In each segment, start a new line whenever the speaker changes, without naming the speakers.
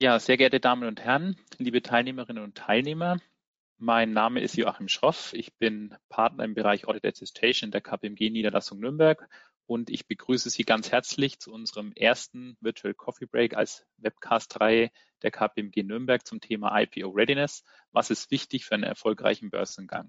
Ja, sehr geehrte Damen und Herren, liebe Teilnehmerinnen und Teilnehmer, mein Name ist Joachim Schroff. Ich bin Partner im Bereich Audit Attestation der KPMG Niederlassung Nürnberg und ich begrüße Sie ganz herzlich zu unserem ersten Virtual Coffee Break als Webcast-Reihe der KPMG Nürnberg zum Thema IPO Readiness. Was ist wichtig für einen erfolgreichen Börsengang?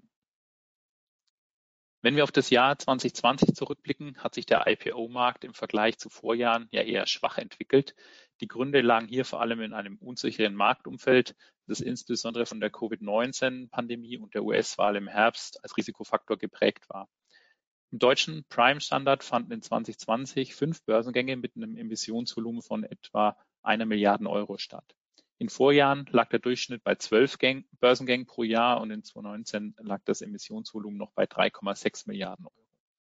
Wenn wir auf das Jahr 2020 zurückblicken, hat sich der IPO-Markt im Vergleich zu Vorjahren ja eher schwach entwickelt. Die Gründe lagen hier vor allem in einem unsicheren Marktumfeld, das insbesondere von der Covid-19-Pandemie und der US-Wahl im Herbst als Risikofaktor geprägt war. Im deutschen Prime-Standard fanden in 2020 5 Börsengänge mit einem Emissionsvolumen von etwa 1 Milliarden Euro statt. In Vorjahren lag der Durchschnitt bei 12 Börsengängen pro Jahr und in 2019 lag das Emissionsvolumen noch bei 3,6 Milliarden Euro.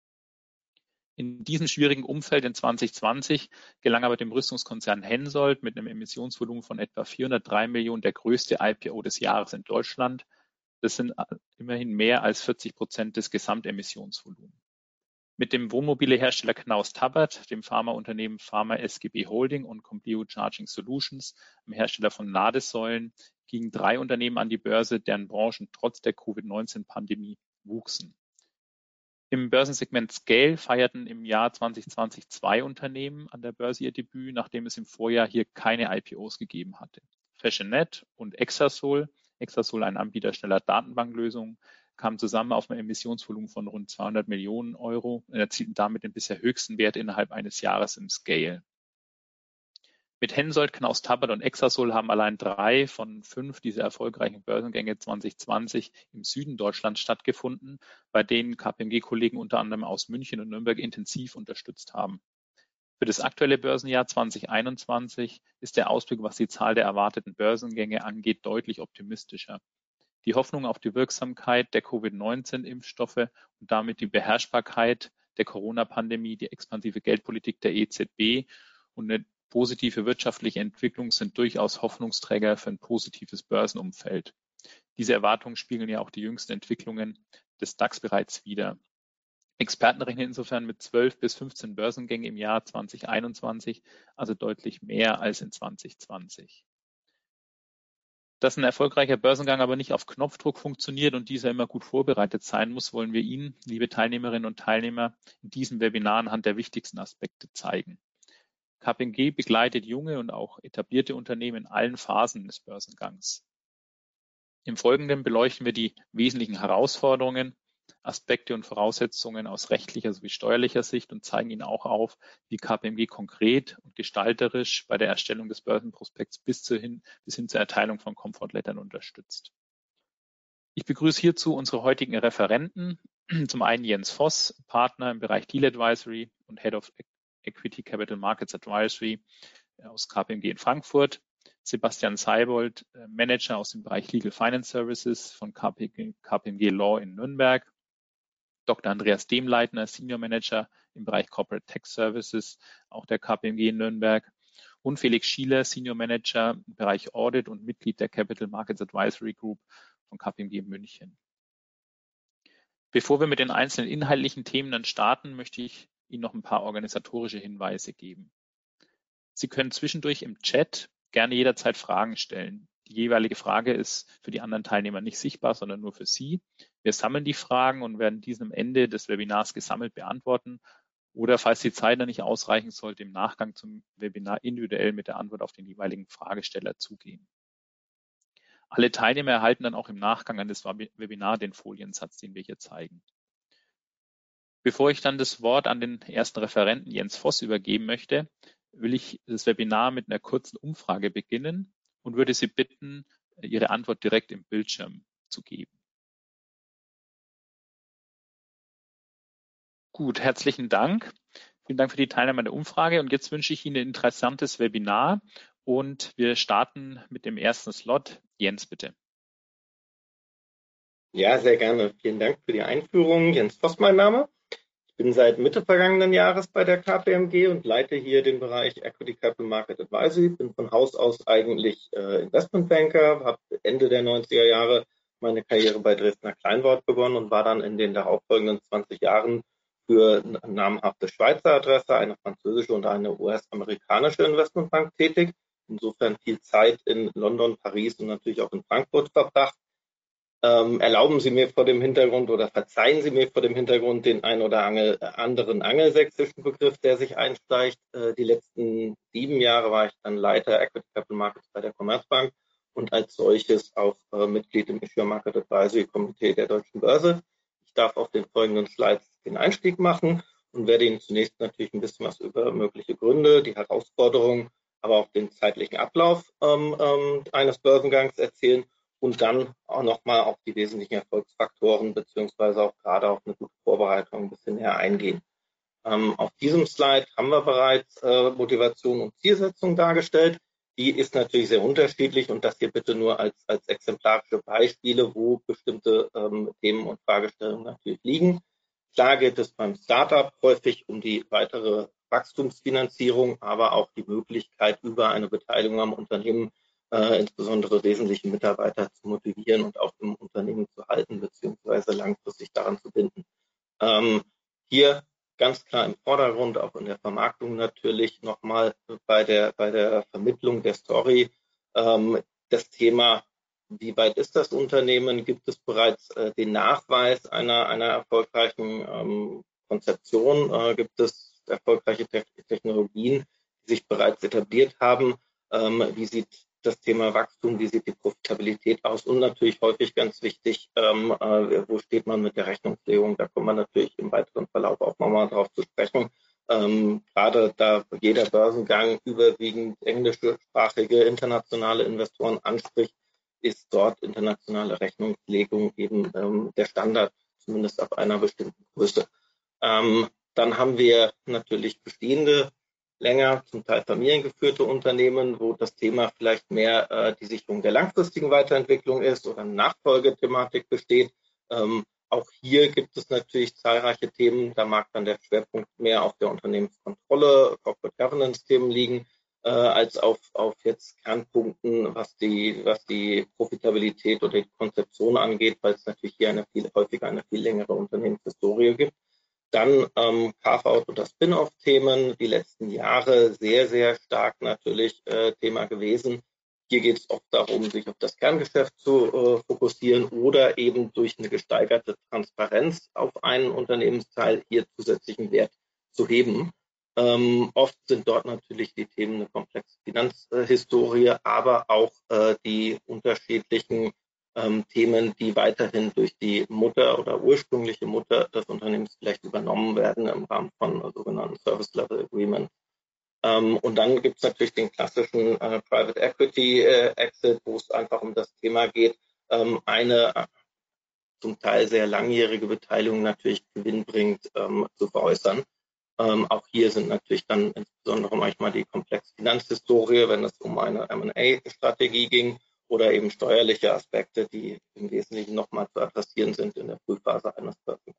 In diesem schwierigen Umfeld in 2020 gelang aber dem Rüstungskonzern Hensoldt mit einem Emissionsvolumen von etwa 403 Millionen der größte IPO des Jahres in Deutschland. Das sind immerhin mehr als 40% des Gesamtemissionsvolumens. Mit dem Wohnmobilehersteller Knaus Tabbert, dem Pharmaunternehmen Pharma SGB Holding und Compleo Charging Solutions, dem Hersteller von Ladesäulen, gingen 3 Unternehmen an die Börse, deren Branchen trotz der Covid-19-Pandemie wuchsen. Im Börsensegment Scale feierten im Jahr 2020 2 Unternehmen an der Börse ihr Debüt, nachdem es im Vorjahr hier keine IPOs gegeben hatte. Fashionet und Exasol, ein Anbieter schneller Datenbanklösungen, kamen zusammen auf ein Emissionsvolumen von rund 200 Millionen Euro und erzielten damit den bisher höchsten Wert innerhalb eines Jahres im Scale. Mit Hensoldt, Knaus Tabbert und Exasol haben allein 3 von 5 dieser erfolgreichen Börsengänge 2020 im Süden Deutschlands stattgefunden, bei denen KPMG-Kollegen unter anderem aus München und Nürnberg intensiv unterstützt haben. Für das aktuelle Börsenjahr 2021 ist der Ausblick, was die Zahl der erwarteten Börsengänge angeht, deutlich optimistischer. Die Hoffnung auf die Wirksamkeit der Covid-19-Impfstoffe und damit die Beherrschbarkeit der Corona-Pandemie, die expansive Geldpolitik der EZB und eine positive wirtschaftliche Entwicklung sind durchaus Hoffnungsträger für ein positives Börsenumfeld. Diese Erwartungen spiegeln ja auch die jüngsten Entwicklungen des DAX bereits wider. Experten rechnen insofern mit 12 bis 15 Börsengängen im Jahr 2021, also deutlich mehr als in 2020. Dass ein erfolgreicher Börsengang aber nicht auf Knopfdruck funktioniert und dieser immer gut vorbereitet sein muss, wollen wir Ihnen, liebe Teilnehmerinnen und Teilnehmer, in diesem Webinar anhand der wichtigsten Aspekte zeigen. KPMG begleitet junge und auch etablierte Unternehmen in allen Phasen des Börsengangs. Im Folgenden beleuchten wir die wesentlichen Herausforderungen, Aspekte und Voraussetzungen aus rechtlicher sowie steuerlicher Sicht und zeigen Ihnen auch auf, wie KPMG konkret und gestalterisch bei der Erstellung des Börsenprospekts bis hin zur Erteilung von Comfort-Lettern unterstützt. Ich begrüße hierzu unsere heutigen Referenten, zum einen Jens Voss, Partner im Bereich Deal Advisory und Head of Equity Capital Markets Advisory aus KPMG in Frankfurt, Sebastian Seibold, Manager aus dem Bereich Legal Finance Services von KPMG Law in Nürnberg, Dr. Andreas Demleitner, Senior Manager im Bereich Corporate Tax Services, auch der KPMG in Nürnberg, und Felix Schieler, Senior Manager im Bereich Audit und Mitglied der Capital Markets Advisory Group von KPMG in München. Bevor wir mit den einzelnen inhaltlichen Themen dann starten, möchte ich Ihnen noch ein paar organisatorische Hinweise geben. Sie können zwischendurch im Chat gerne jederzeit Fragen stellen. Die jeweilige Frage ist für die anderen Teilnehmer nicht sichtbar, sondern nur für Sie. Wir sammeln die Fragen und werden diese am Ende des Webinars gesammelt beantworten oder, falls die Zeit noch nicht ausreichen sollte, im Nachgang zum Webinar individuell mit der Antwort auf den jeweiligen Fragesteller zugehen. Alle Teilnehmer erhalten dann auch im Nachgang an das Webinar den Foliensatz, den wir hier zeigen. Bevor ich dann das Wort an den ersten Referenten Jens Voss übergeben möchte, will ich das Webinar mit einer kurzen Umfrage beginnen und würde Sie bitten, Ihre Antwort direkt im Bildschirm zu geben. Gut, herzlichen Dank. Vielen Dank für die Teilnahme an der Umfrage und jetzt wünsche ich Ihnen ein interessantes Webinar und wir starten mit dem ersten Slot. Jens, bitte.
Ja, sehr gerne. Vielen Dank für die Einführung. Jens Voss, mein Name. Ich bin seit Mitte vergangenen Jahres bei der KPMG und leite hier den Bereich Equity Capital Market Advisory. Bin von Haus aus eigentlich Investmentbanker, habe Ende der 90er Jahre meine Karriere bei Dresdner Kleinwort begonnen und war dann in den darauffolgenden 20 Jahren für namhafte Schweizer Adresse, eine französische und eine US-amerikanische Investmentbank tätig. insofern viel Zeit in London, Paris und natürlich auch in Frankfurt verbracht. Erlauben Sie mir vor dem Hintergrund oder verzeihen Sie mir vor dem Hintergrund den ein oder anderen angelsächsischen Begriff, der sich einschleicht. Die letzten 7 Jahre war ich dann Leiter Equity Capital Markets bei der Commerzbank und als solches auch Mitglied im Issuer Market Advisory Komitee der Deutschen Börse. Ich darf auf den folgenden Slides den Einstieg machen und werde Ihnen zunächst natürlich ein bisschen was über mögliche Gründe, die Herausforderungen, aber auch den zeitlichen Ablauf eines Börsengangs erzählen und dann auch nochmal auf die wesentlichen Erfolgsfaktoren beziehungsweise auch gerade auf eine gute Vorbereitung ein bisschen näher eingehen. Auf diesem Slide haben wir bereits Motivation und Zielsetzung dargestellt. Die ist natürlich sehr unterschiedlich und das hier bitte nur als exemplarische Beispiele, wo bestimmte Themen und Fragestellungen natürlich liegen. Klar geht es beim Startup häufig um die weitere Wachstumsfinanzierung, aber auch die Möglichkeit, über eine Beteiligung am Unternehmen insbesondere wesentliche Mitarbeiter zu motivieren und auch im Unternehmen zu halten beziehungsweise langfristig daran zu binden. Hier ganz klar im Vordergrund, auch in der Vermarktung natürlich nochmal bei der Vermittlung der Story das Thema, wie weit ist das Unternehmen? Gibt es bereits den Nachweis einer erfolgreichen Konzeption? Gibt es erfolgreiche Technologien, die sich bereits etabliert haben? Wie sieht das Thema Wachstum, wie sieht die Profitabilität aus? Und natürlich häufig ganz wichtig, wo steht man mit der Rechnungslegung? Da kommt man natürlich im weiteren Verlauf auch nochmal drauf zu sprechen. Gerade da jeder Börsengang überwiegend englischsprachige internationale Investoren anspricht, ist dort internationale Rechnungslegung eben der Standard, zumindest ab einer bestimmten Größe. Dann haben wir natürlich bestehende, länger, zum Teil familiengeführte Unternehmen, wo das Thema vielleicht mehr die Sicherung der langfristigen Weiterentwicklung ist oder eine Nachfolgethematik besteht. Auch hier gibt es natürlich zahlreiche Themen. Da mag dann der Schwerpunkt mehr auf der Unternehmenskontrolle, Corporate Governance-Themen liegen, als auf jetzt Kernpunkten, was die Profitabilität oder die Konzeption angeht, weil es natürlich hier häufiger eine viel längere Unternehmenshistorie gibt. Dann Carve-out oder Spin-off-Themen, die letzten Jahre sehr, sehr stark natürlich Thema gewesen. Hier geht es oft darum, sich auf das Kerngeschäft zu fokussieren oder eben durch eine gesteigerte Transparenz auf einen Unternehmensteil hier zusätzlichen Wert zu heben. Oft sind dort natürlich die Themen eine komplexe Finanzhistorie, aber auch die unterschiedlichen Themen, die weiterhin durch die Mutter oder ursprüngliche Mutter des Unternehmens vielleicht übernommen werden im Rahmen von sogenannten Service Level Agreement. Und dann gibt es natürlich den klassischen Private Equity Exit, wo es einfach um das Thema geht, eine zum Teil sehr langjährige Beteiligung natürlich gewinnbringend zu veräußern. Auch hier sind natürlich dann insbesondere manchmal die komplexe Finanzhistorie, wenn es um eine M&A-Strategie ging, oder eben steuerliche Aspekte, die im Wesentlichen nochmal zu adressieren sind in der Frühphase eines Börsengangs.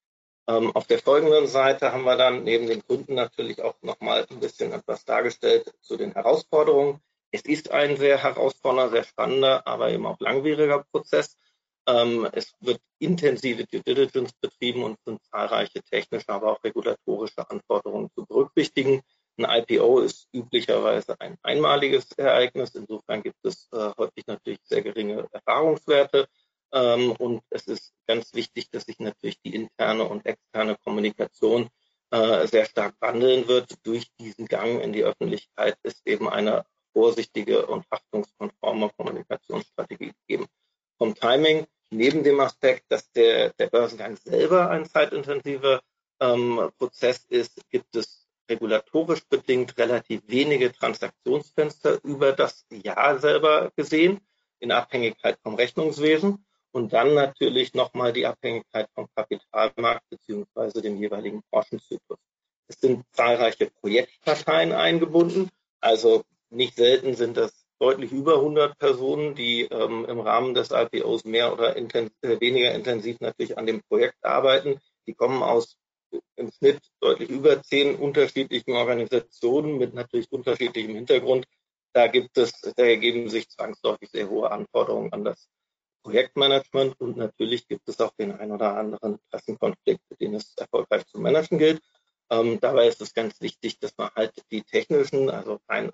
Auf der folgenden Seite haben wir dann neben den Gründen natürlich auch nochmal ein bisschen etwas dargestellt zu den Herausforderungen. Es ist ein sehr herausfordernder, sehr spannender, aber eben auch langwieriger Prozess. Es wird intensive Due Diligence betrieben und sind zahlreiche technische, aber auch regulatorische Anforderungen zu berücksichtigen. Ein IPO ist üblicherweise ein einmaliges Ereignis. Insofern gibt es häufig natürlich sehr geringe Erfahrungswerte. Und es ist ganz wichtig, dass sich natürlich die interne und externe Kommunikation sehr stark wandeln wird. Durch diesen Gang in die Öffentlichkeit ist eben eine vorsichtige und haftungskonforme Kommunikationsstrategie gegeben. Vom Timing, neben dem Aspekt, dass der Börsengang selber ein zeitintensiver Prozess ist, gibt es regulatorisch bedingt relativ wenige Transaktionsfenster über das Jahr selber gesehen, in Abhängigkeit vom Rechnungswesen. Und dann natürlich nochmal die Abhängigkeit vom Kapitalmarkt beziehungsweise dem jeweiligen Branchenzyklus. Es sind zahlreiche Projektparteien eingebunden. Also nicht selten sind das deutlich über 100 Personen, die im Rahmen des IPOs mehr oder weniger intensiv natürlich an dem Projekt arbeiten. Die kommen aus im Schnitt deutlich über 10 unterschiedlichen Organisationen mit natürlich unterschiedlichem Hintergrund. Da ergeben sich zwangsläufig sehr hohe Anforderungen an das Projektmanagement und natürlich gibt es auch den ein oder anderen Interessenkonflikt, den es erfolgreich zu managen gilt. Dabei ist es ganz wichtig, dass man halt die technischen, also rein auch zum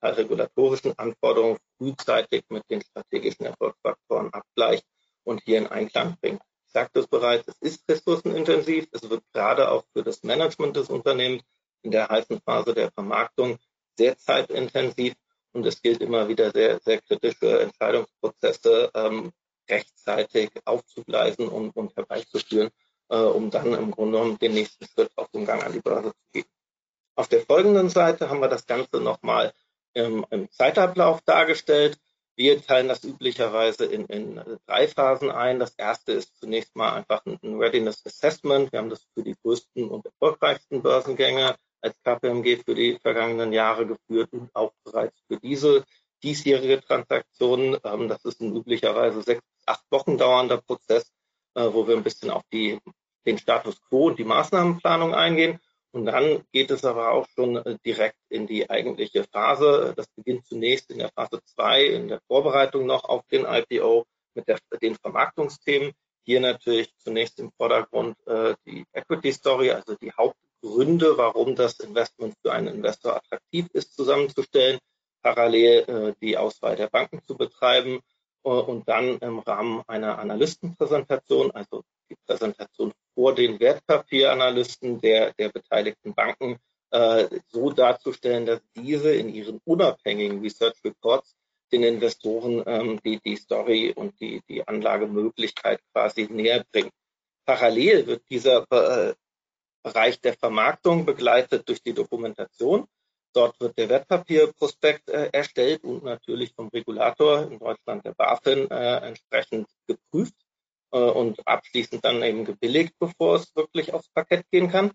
Teil regulatorischen Anforderungen frühzeitig mit den strategischen Erfolgsfaktoren abgleicht und hier in Einklang bringt. Ich sagte es bereits, es ist ressourcenintensiv, es wird gerade auch für das Management des Unternehmens in der heißen Phase der Vermarktung sehr zeitintensiv und es gilt immer wieder sehr, sehr kritische Entscheidungsprozesse rechtzeitig aufzugleisen und herbeizuführen, um dann im Grunde genommen den nächsten Schritt auf dem Gang an die Börse zu gehen. Auf der folgenden Seite haben wir das Ganze nochmal im Zeitablauf dargestellt. Wir teilen das üblicherweise in 3 Phasen ein. Das erste ist zunächst mal einfach ein Readiness Assessment. Wir haben das für die größten und erfolgreichsten Börsengänge als KPMG für die vergangenen Jahre geführt und auch bereits für diese diesjährige Transaktion. Das ist ein üblicherweise 6 bis 8 Wochen dauernder Prozess, wo wir ein bisschen auf den Status quo und die Maßnahmenplanung eingehen. Und dann geht es aber auch schon direkt in die eigentliche Phase. Das beginnt zunächst in der Phase 2, in der Vorbereitung noch auf den IPO mit den Vermarktungsthemen. Hier natürlich zunächst im Vordergrund die Equity Story, also die Hauptgründe, warum das Investment für einen Investor attraktiv ist, zusammenzustellen, parallel die Auswahl der Banken zu betreiben und dann im Rahmen einer Analystenpräsentation, also die Präsentation vor den Wertpapieranalysten der beteiligten Banken so darzustellen, dass diese in ihren unabhängigen Research Reports den Investoren die Story und die Anlagemöglichkeit quasi näher bringen. Parallel wird dieser Bereich der Vermarktung begleitet durch die Dokumentation. Dort wird der Wertpapierprospekt erstellt und natürlich vom Regulator, in Deutschland der BaFin, entsprechend geprüft und abschließend dann eben gebilligt, bevor es wirklich aufs Parkett gehen kann.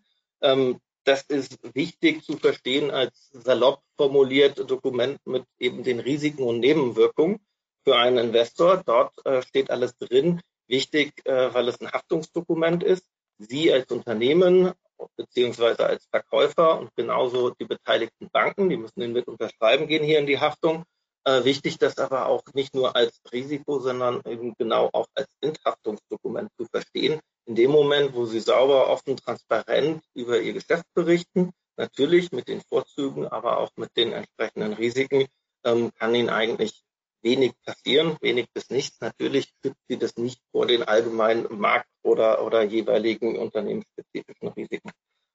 Das ist wichtig zu verstehen als salopp formuliert Dokument mit eben den Risiken und Nebenwirkungen für einen Investor. Dort steht alles drin. Wichtig, weil es ein Haftungsdokument ist. Sie als Unternehmen beziehungsweise als Verkäufer und genauso die beteiligten Banken, die müssen den mit unterschreiben, gehen hier in die Haftung. Wichtig, das aber auch nicht nur als Risiko, sondern eben genau auch als Enthaftungsdokument zu verstehen. In dem Moment, wo Sie sauber, offen, transparent über Ihr Geschäft berichten, natürlich mit den Vorzügen, aber auch mit den entsprechenden Risiken, kann Ihnen eigentlich wenig passieren, wenig bis nichts. Natürlich schützt Sie das nicht vor den allgemeinen Markt- oder jeweiligen unternehmensspezifischen Risiken.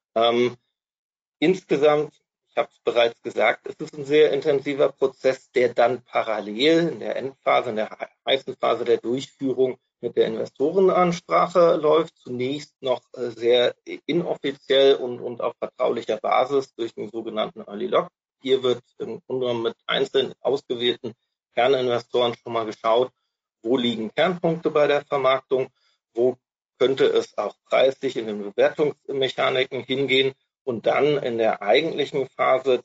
Insgesamt, ich habe es bereits gesagt, es ist ein sehr intensiver Prozess, der dann parallel in der Endphase, in der heißen Phase der Durchführung mit der Investorenansprache läuft. Zunächst noch sehr inoffiziell und auf vertraulicher Basis durch den sogenannten Early Lock. Hier wird im Grunde genommen mit einzeln ausgewählten Kerninvestoren schon mal geschaut, wo liegen Kernpunkte bei der Vermarktung, wo könnte es auch preislich in den Bewertungsmechaniken hingehen. Und dann in der eigentlichen Phase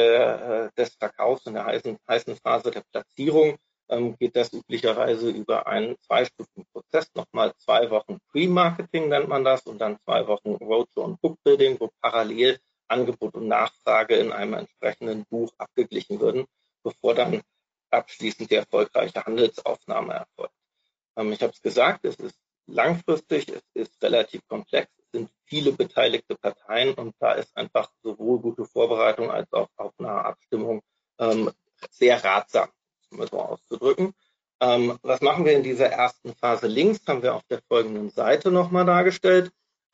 des Verkaufs, in der heißen Phase der Platzierung, geht das üblicherweise über einen 2-stufigen Prozess. Nochmal 2 Wochen Pre-Marketing nennt man das und dann 2 Wochen Roadshow und Bookbuilding, wo parallel Angebot und Nachfrage in einem entsprechenden Buch abgeglichen würden, bevor dann abschließend die erfolgreiche Handelsaufnahme erfolgt. Ich habe es gesagt, es ist langfristig, es ist relativ komplex, es sind viele beteiligte Parteien und da ist einfach sowohl gute Vorbereitung als auch nahe Abstimmung sehr ratsam, um es so auszudrücken. Was machen wir in dieser ersten Phase links, haben wir auf der folgenden Seite nochmal dargestellt.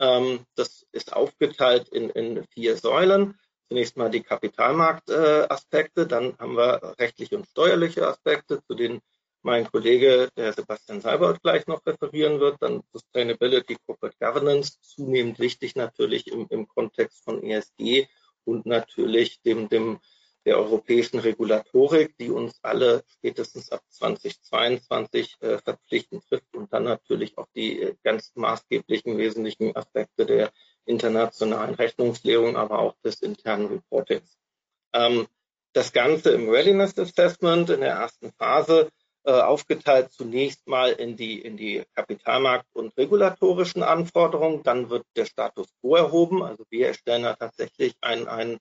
Das ist aufgeteilt in 4 Säulen. Zunächst mal die Kapitalmarktaspekte, dann haben wir rechtliche und steuerliche Aspekte, zu denen mein Kollege, der Sebastian Seibold, gleich noch referieren wird, dann Sustainability, Corporate Governance, zunehmend wichtig natürlich im Kontext von ESG und natürlich der europäischen Regulatorik, die uns alle spätestens ab 2022 verpflichtend trifft und dann natürlich auch die ganz maßgeblichen wesentlichen Aspekte der internationalen Rechnungslegung, aber auch des internen Reportings. Das Ganze im Readiness Assessment in der ersten Phase aufgeteilt zunächst mal in die Kapitalmarkt- und regulatorischen Anforderungen. Dann wird der Status quo erhoben. Also wir erstellen da tatsächlich ein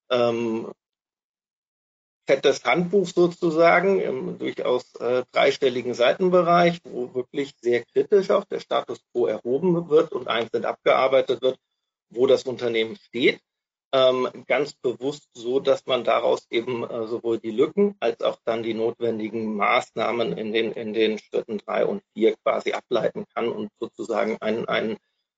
fettes Handbuch sozusagen im durchaus dreistelligen Seitenbereich, wo wirklich sehr kritisch auch der Status quo erhoben wird und einzeln abgearbeitet wird, wo das Unternehmen steht. ganz bewusst so, dass man daraus eben sowohl die Lücken als auch dann die notwendigen Maßnahmen in den Schritten 3 und 4 quasi ableiten kann und sozusagen einen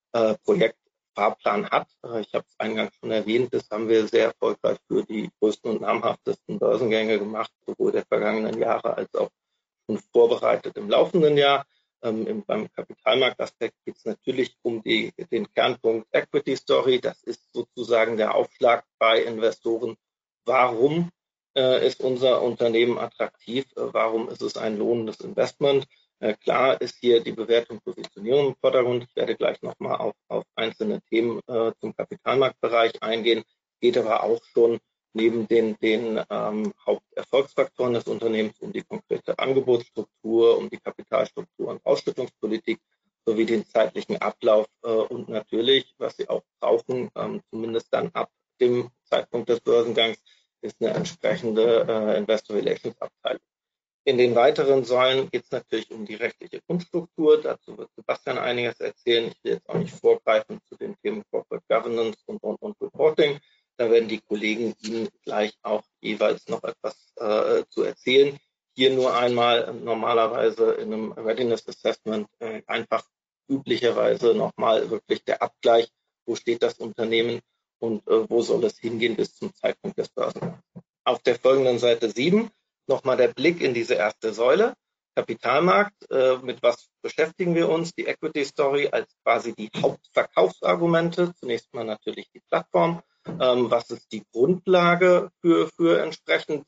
Projektfahrplan hat. Ich habe es eingangs schon erwähnt, das haben wir sehr erfolgreich für die größten und namhaftesten Börsengänge gemacht, sowohl der vergangenen Jahre als auch schon vorbereitet im laufenden Jahr. Beim Kapitalmarktaspekt geht es natürlich um den Kernpunkt Equity Story. Das ist sozusagen der Aufschlag bei Investoren. Warum ist unser Unternehmen attraktiv? Warum ist es ein lohnendes Investment? Klar ist hier die Bewertung, Positionierung im Vordergrund. Ich werde gleich nochmal auf einzelne Themen zum Kapitalmarktbereich eingehen. Geht aber auch schon neben den Haupterfolgsfaktoren des Unternehmens um die konkrete Angebotsstruktur, um die Kapitalstruktur und Ausschüttungspolitik sowie den zeitlichen Ablauf und natürlich, was Sie auch brauchen, zumindest dann ab dem Zeitpunkt des Börsengangs, ist eine entsprechende Investor Relations Abteilung. In den weiteren Säulen geht es natürlich um die rechtliche Grundstruktur. Dazu wird Sebastian einiges erzählen. Ich will jetzt auch nicht vorgreifen zu den Themen Corporate Governance und Reporting. Da werden die Kollegen Ihnen gleich auch jeweils noch etwas zu erzählen. Hier nur einmal normalerweise in einem Readiness Assessment einfach üblicherweise nochmal wirklich der Abgleich, wo steht das Unternehmen und wo soll es hingehen bis zum Zeitpunkt des Börsengangs. Auf der folgenden Seite 7 nochmal der Blick in diese erste Säule. Kapitalmarkt, mit was beschäftigen wir uns? Die Equity Story als quasi die Hauptverkaufsargumente. Zunächst mal natürlich die Plattform. Was ist die Grundlage für entsprechend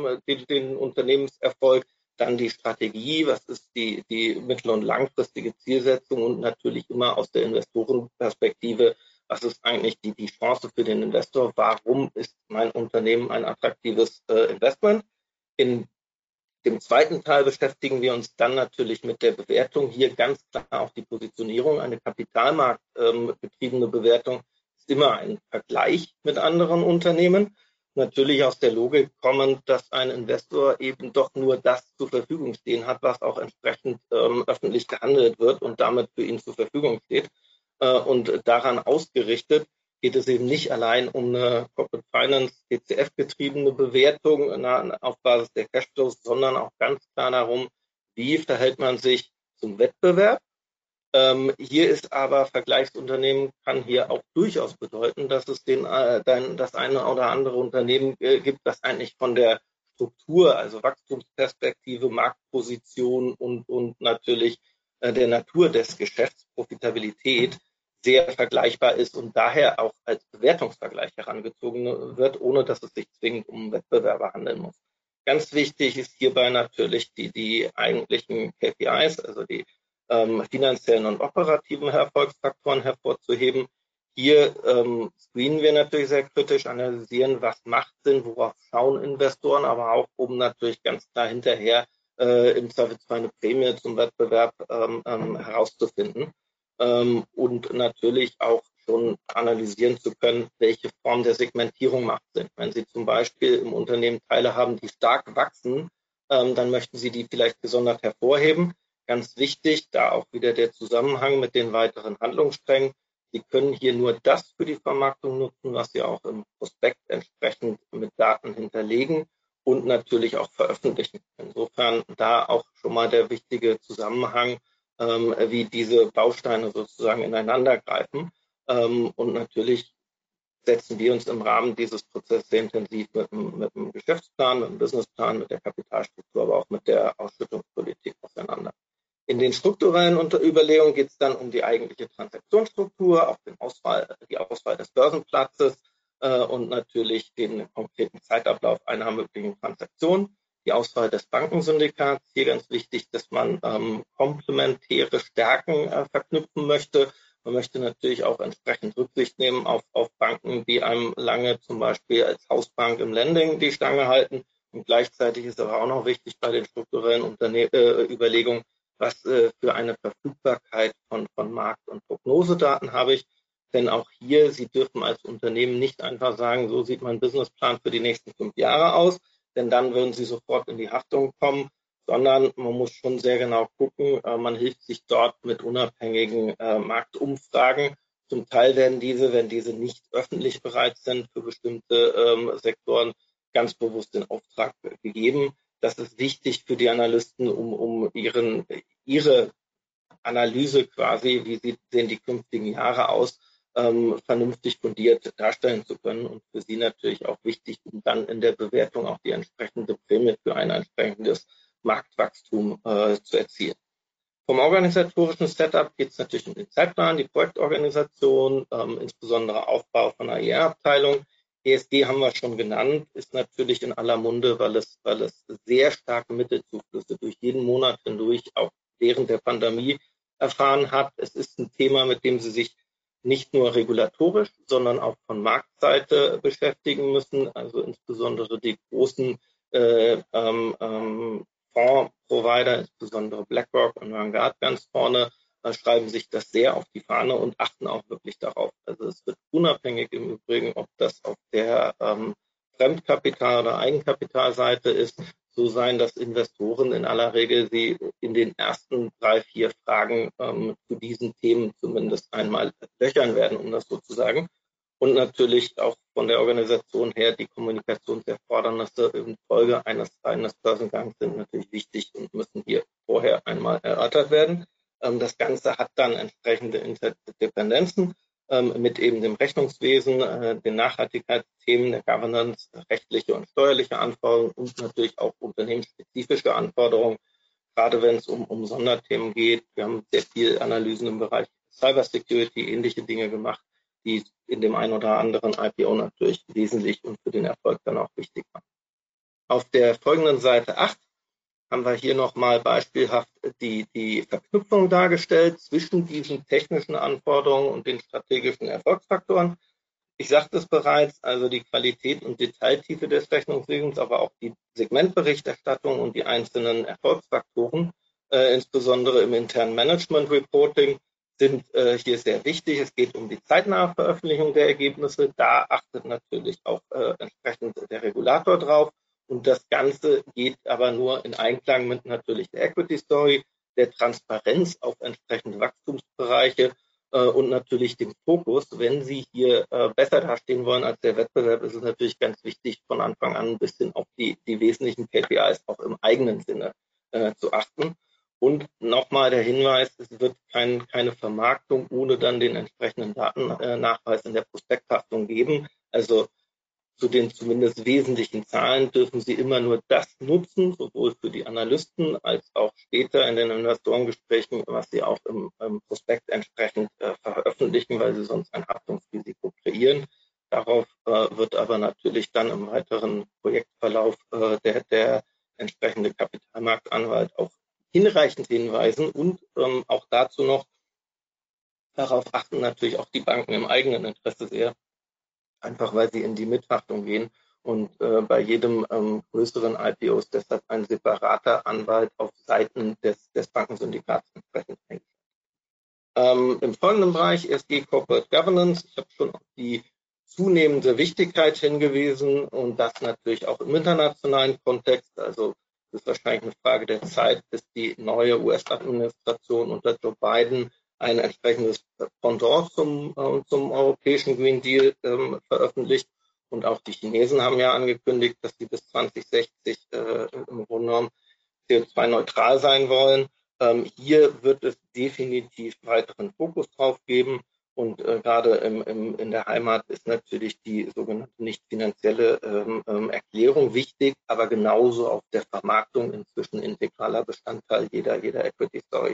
den Unternehmenserfolg? Dann die Strategie, was ist die mittel- und langfristige Zielsetzung und natürlich immer aus der Investorenperspektive, was ist eigentlich die Chance für den Investor? Warum ist mein Unternehmen ein attraktives Investment? In dem zweiten Teil beschäftigen wir uns dann natürlich mit der Bewertung. Hier ganz klar auch die Positionierung. Eine kapitalmarktbetriebene Bewertung ist immer ein Vergleich mit anderen Unternehmen. Natürlich aus der Logik kommend, dass ein Investor eben doch nur das zur Verfügung stehen hat, was auch entsprechend öffentlich gehandelt wird und damit für ihn zur Verfügung steht. Und daran ausgerichtet geht es eben nicht allein um eine Corporate Finance DCF-getriebene Bewertung auf Basis der Cashflows, sondern auch ganz klar darum, wie verhält man sich zum Wettbewerb. Hier ist aber Vergleichsunternehmen kann hier auch durchaus bedeuten, dass es das eine oder andere Unternehmen gibt, das eigentlich von der Struktur, also Wachstumsperspektive, Marktposition und natürlich der Natur des Geschäfts, Profitabilität, sehr vergleichbar ist und daher auch als Bewertungsvergleich herangezogen wird, ohne dass es sich zwingend um Wettbewerber handeln muss. Ganz wichtig ist hierbei natürlich die eigentlichen KPIs, also die finanziellen und operativen Erfolgsfaktoren hervorzuheben. Hier screenen wir natürlich sehr kritisch, analysieren, was macht Sinn, worauf schauen Investoren, aber auch um natürlich ganz klar hinterher im Zweifelsfall eine Prämie zum Wettbewerb herauszufinden. Und natürlich auch schon analysieren zu können, welche Form der Segmentierung macht Sinn. Wenn Sie zum Beispiel im Unternehmen Teile haben, die stark wachsen, dann möchten Sie die vielleicht gesondert hervorheben. Ganz wichtig, da auch wieder der Zusammenhang mit den weiteren Handlungssträngen. Sie können hier nur das für die Vermarktung nutzen, was Sie auch im Prospekt entsprechend mit Daten hinterlegen und natürlich auch veröffentlichen. Insofern da auch schon mal der wichtige Zusammenhang, wie diese Bausteine sozusagen ineinander greifen. Und natürlich setzen wir uns im Rahmen dieses Prozesses sehr intensiv mit dem Geschäftsplan, mit dem Businessplan, mit der Kapitalstruktur, aber auch mit der Ausschüttungspolitik auseinander. In den strukturellen Überlegungen geht es dann um die eigentliche Transaktionsstruktur, auch die Auswahl des Börsenplatzes und natürlich den konkreten Zeitablauf einer möglichen Transaktion. Die Auswahl des Bankensyndikats, hier ganz wichtig, dass man komplementäre Stärken verknüpfen möchte. Man möchte natürlich auch entsprechend Rücksicht nehmen auf Banken, die einem lange zum Beispiel als Hausbank im Lending die Stange halten. Und gleichzeitig ist aber auch noch wichtig bei den strukturellen Überlegungen, was für eine Verfügbarkeit von Markt- und Prognosedaten habe ich. Denn auch hier, Sie dürfen als Unternehmen nicht einfach sagen, so sieht mein Businessplan für die nächsten 5 Jahre aus, denn dann würden Sie sofort in die Haftung kommen, sondern man muss schon sehr genau gucken. Man hilft sich dort mit unabhängigen Marktumfragen, Zum Teil werden wenn diese nicht öffentlich bereit sind, für bestimmte Sektoren ganz bewusst in Auftrag gegeben. Das ist wichtig für die Analysten, um ihre Analyse quasi, sehen die künftigen Jahre aus, vernünftig fundiert darstellen zu können und für sie natürlich auch wichtig, um dann in der Bewertung auch die entsprechende Prämie für ein entsprechendes Marktwachstum zu erzielen. Vom organisatorischen Setup geht es natürlich um den Zeitplan, die Projektorganisation, insbesondere Aufbau von einer IR-Abteilung. ESG haben wir schon genannt, ist natürlich in aller Munde, weil es sehr starke Mittelzuflüsse durch jeden Monat hindurch, auch während der Pandemie, erfahren hat. Es ist ein Thema, mit dem Sie sich nicht nur regulatorisch, sondern auch von Marktseite beschäftigen müssen. Also insbesondere die großen Fondsprovider, insbesondere BlackRock und Vanguard ganz vorne, schreiben sich das sehr auf die Fahne und achten auch wirklich darauf. Also es wird unabhängig im Übrigen, ob das auf der Fremdkapital- oder Eigenkapitalseite ist, so sein, dass Investoren in aller Regel sie in den ersten 3, 4 Fragen zu diesen Themen zumindest einmal löchern werden, um das so zu sagen. Und natürlich auch von der Organisation her die Kommunikationserfordernisse in Folge eines Börsengangs sind natürlich wichtig und müssen hier vorher einmal erörtert werden. Das Ganze hat dann entsprechende Interdependenzen mit eben dem Rechnungswesen, den Nachhaltigkeitsthemen, der Governance, rechtliche und steuerliche Anforderungen und natürlich auch unternehmensspezifische Anforderungen, gerade wenn es um Sonderthemen geht. Wir haben sehr viel Analysen im Bereich Cybersecurity, ähnliche Dinge gemacht, die in dem einen oder anderen IPO natürlich wesentlich und für den Erfolg dann auch wichtig waren. Auf der folgenden Seite 8 haben wir hier nochmal beispielhaft die Verknüpfung dargestellt zwischen diesen technischen Anforderungen und den strategischen Erfolgsfaktoren. Ich sagte es bereits, also die Qualität und Detailtiefe des Rechnungswesens, aber auch die Segmentberichterstattung und die einzelnen Erfolgsfaktoren, insbesondere im internen Management Reporting, sind hier sehr wichtig. Es geht um die zeitnahe Veröffentlichung der Ergebnisse. Da achtet natürlich auch entsprechend der Regulator drauf. Und das Ganze geht aber nur in Einklang mit natürlich der Equity Story, der Transparenz auf entsprechende Wachstumsbereiche und natürlich dem Fokus. Wenn Sie hier besser dastehen wollen als der Wettbewerb, ist es natürlich ganz wichtig, von Anfang an ein bisschen auf die wesentlichen KPIs auch im eigenen Sinne zu achten. Und nochmal der Hinweis, es wird keine Vermarktung ohne dann den entsprechenden Datennachweis in der Prospekthaftung geben. Also zu den zumindest wesentlichen Zahlen dürfen Sie immer nur das nutzen, sowohl für die Analysten als auch später in den Investorengesprächen, was Sie auch im Prospekt entsprechend veröffentlichen, weil Sie sonst ein Haftungsrisiko kreieren. Darauf wird aber natürlich dann im weiteren Projektverlauf der entsprechende Kapitalmarktanwalt auch hinreichend hinweisen und auch dazu noch, darauf achten natürlich auch die Banken im eigenen Interesse sehr, einfach weil sie in die Mithaftung gehen und bei jedem größeren IPO ist deshalb ein separater Anwalt auf Seiten des Bankensyndikats entsprechend hängt. Im folgenden Bereich ESG Corporate Governance. Ich habe schon auf die zunehmende Wichtigkeit hingewiesen und das natürlich auch im internationalen Kontext. Also es ist wahrscheinlich eine Frage der Zeit, bis die neue US-Administration unter Joe Biden ein entsprechendes Pendant zum europäischen Green Deal veröffentlicht. Und auch die Chinesen haben ja angekündigt, dass sie bis 2060 im Grunde genommen CO2-neutral sein wollen. Hier wird es definitiv weiteren Fokus drauf geben. Und gerade in der Heimat ist natürlich die sogenannte nicht finanzielle Erklärung wichtig, aber genauso auch der Vermarktung inzwischen integraler Bestandteil jeder Equity Story.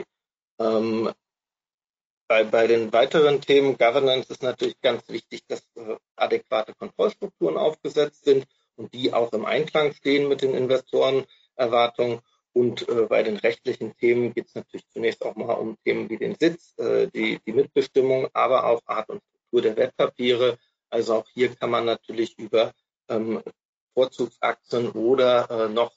Bei den weiteren Themen Governance ist natürlich ganz wichtig, dass adäquate Kontrollstrukturen aufgesetzt sind und die auch im Einklang stehen mit den Investorenerwartungen. Und bei den rechtlichen Themen geht es natürlich zunächst auch mal um Themen wie den Sitz, die Mitbestimmung, aber auch Art und Struktur der Wertpapiere. Also auch hier kann man natürlich über Vorzugsaktien oder noch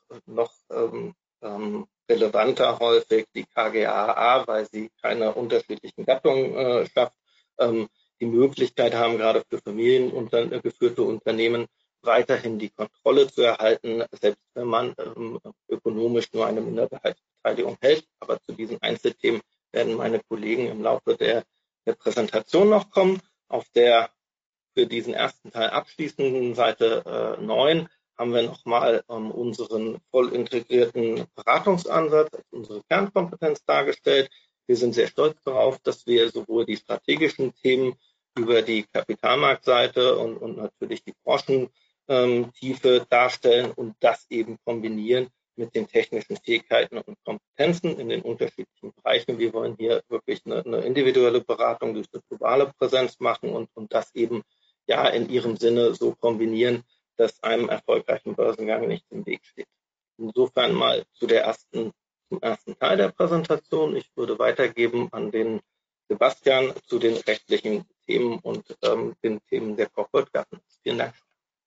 relevanter häufig die KGaA, weil sie keine unterschiedlichen Gattungen schafft, die Möglichkeit haben, gerade für familiengeführte Unternehmen weiterhin die Kontrolle zu erhalten, selbst wenn man ökonomisch nur eine Minderheitsbeteiligung hält. Aber zu diesen Einzelthemen werden meine Kollegen im Laufe der der Präsentation noch kommen. Auf der für diesen ersten Teil abschließenden Seite 9 haben wir nochmal unseren voll integrierten Beratungsansatz, unsere Kernkompetenz dargestellt. Wir sind sehr stolz darauf, dass wir sowohl die strategischen Themen über die Kapitalmarktseite und natürlich die Branchentiefe darstellen und das eben kombinieren mit den technischen Fähigkeiten und Kompetenzen in den unterschiedlichen Bereichen. Wir wollen hier wirklich eine individuelle Beratung durch eine globale Präsenz machen und das eben ja in ihrem Sinne so kombinieren, dass einem erfolgreichen Börsengang nicht im Weg steht. Insofern mal zum ersten Teil der Präsentation. Ich würde weitergeben an den Sebastian zu den rechtlichen Themen und den Themen der Corporate Governance. Vielen Dank.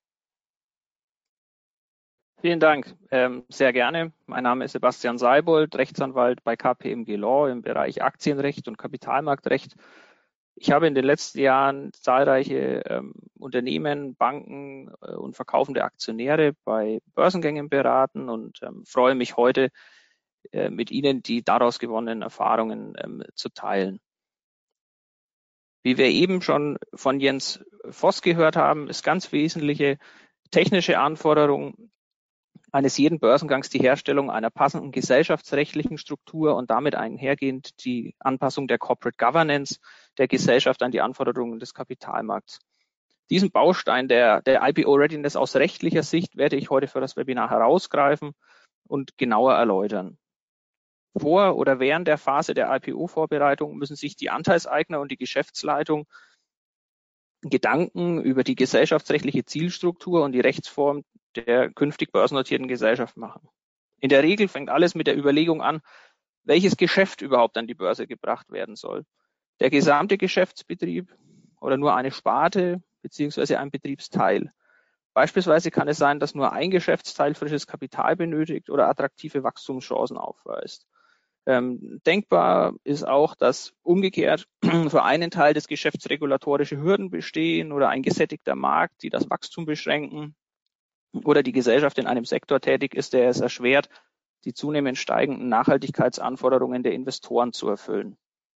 Vielen Dank, sehr gerne. Mein Name ist Sebastian Seibold, Rechtsanwalt bei KPMG Law im Bereich Aktienrecht und Kapitalmarktrecht. Ich habe in den letzten Jahren zahlreiche Unternehmen, Banken und verkaufende Aktionäre bei Börsengängen beraten und freue mich heute, mit Ihnen die daraus gewonnenen Erfahrungen zu teilen. Wie wir eben schon von Jens Voss gehört haben, ist ganz wesentliche technische Anforderung eines jeden Börsengangs die Herstellung einer passenden gesellschaftsrechtlichen Struktur und damit einhergehend die Anpassung der Corporate Governance der Gesellschaft an die Anforderungen des Kapitalmarkts. Diesen Baustein der IPO Readiness aus rechtlicher Sicht werde ich heute für das Webinar herausgreifen und genauer erläutern. Vor oder während der Phase der IPO-Vorbereitung müssen sich die Anteilseigner und die Geschäftsleitung Gedanken über die gesellschaftsrechtliche Zielstruktur und die Rechtsform der künftig börsennotierten Gesellschaft machen. In der Regel fängt alles mit der Überlegung an, welches Geschäft überhaupt an die Börse gebracht werden soll. Der gesamte Geschäftsbetrieb oder nur eine Sparte beziehungsweise ein Betriebsteil. Beispielsweise kann es sein, dass nur ein Geschäftsteil frisches Kapital benötigt oder attraktive Wachstumschancen aufweist. Denkbar ist auch, dass umgekehrt für einen Teil des Geschäfts regulatorische Hürden bestehen oder ein gesättigter Markt, die das Wachstum beschränken oder die Gesellschaft in einem Sektor tätig ist, der es erschwert, die zunehmend steigenden Nachhaltigkeitsanforderungen der Investoren zu erfüllen.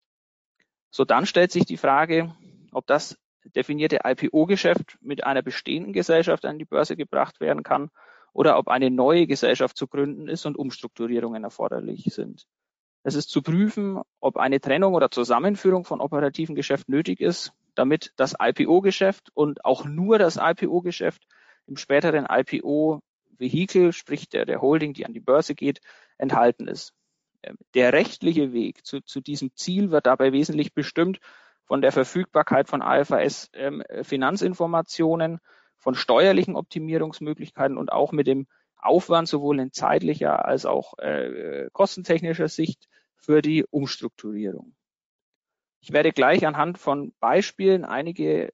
So dann stellt sich die Frage, ob das definierte IPO-Geschäft mit einer bestehenden Gesellschaft an die Börse gebracht werden kann oder ob eine neue Gesellschaft zu gründen ist und Umstrukturierungen erforderlich sind. Es ist zu prüfen, ob eine Trennung oder Zusammenführung von operativen Geschäft nötig ist, damit das IPO-Geschäft und auch nur das IPO-Geschäft im späteren IPO-Vehikel, sprich der Holding, die an die Börse geht, enthalten ist. Der rechtliche Weg zu diesem Ziel wird dabei wesentlich bestimmt von der Verfügbarkeit von IFRS-Finanzinformationen, von steuerlichen Optimierungsmöglichkeiten und auch mit dem Aufwand sowohl in zeitlicher als auch kostentechnischer Sicht für die Umstrukturierung. Ich werde gleich anhand von Beispielen einige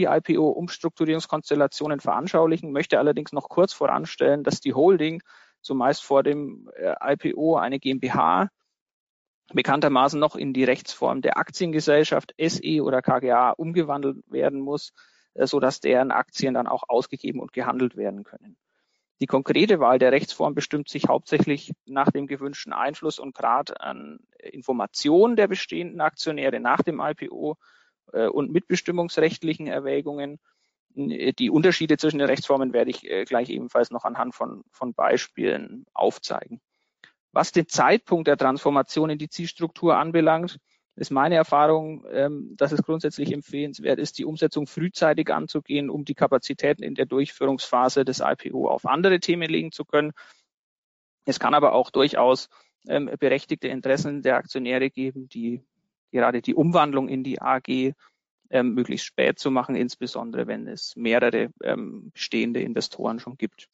Pre-IPO-Umstrukturierungskonstellationen veranschaulichen, möchte allerdings noch kurz voranstellen, dass die Holding zumeist vor dem IPO eine GmbH bekanntermaßen noch in die Rechtsform der Aktiengesellschaft SE oder KGA umgewandelt werden muss, sodass deren Aktien dann auch ausgegeben und gehandelt werden können. Die konkrete Wahl der Rechtsform bestimmt sich hauptsächlich nach dem gewünschten Einfluss und Grad an Information der bestehenden Aktionäre nach dem IPO und mitbestimmungsrechtlichen Erwägungen. Die Unterschiede zwischen den Rechtsformen werde ich gleich ebenfalls noch anhand von Beispielen aufzeigen. Was den Zeitpunkt der Transformation in die Zielstruktur anbelangt, ist meine Erfahrung, dass es grundsätzlich empfehlenswert ist, die Umsetzung frühzeitig anzugehen, um die Kapazitäten in der Durchführungsphase des IPO auf andere Themen legen zu können. Es kann aber auch durchaus berechtigte Interessen der Aktionäre geben, die gerade die Umwandlung in die AG möglichst spät zu machen, insbesondere wenn es mehrere bestehende Investoren schon gibt.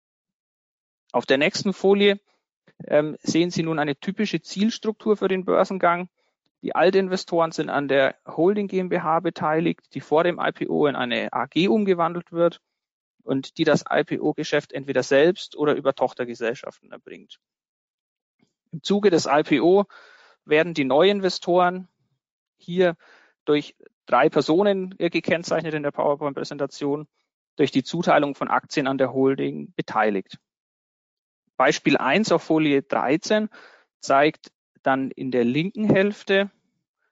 Auf der nächsten Folie sehen Sie nun eine typische Zielstruktur für den Börsengang. Die Altinvestoren sind an der Holding GmbH beteiligt, die vor dem IPO in eine AG umgewandelt wird und die das IPO-Geschäft entweder selbst oder über Tochtergesellschaften erbringt. Im Zuge des IPO werden die Neuinvestoren hier durch 3 Personen gekennzeichnet in der PowerPoint-Präsentation, durch die Zuteilung von Aktien an der Holding beteiligt. Beispiel 1 auf Folie 13 zeigt dann in der linken Hälfte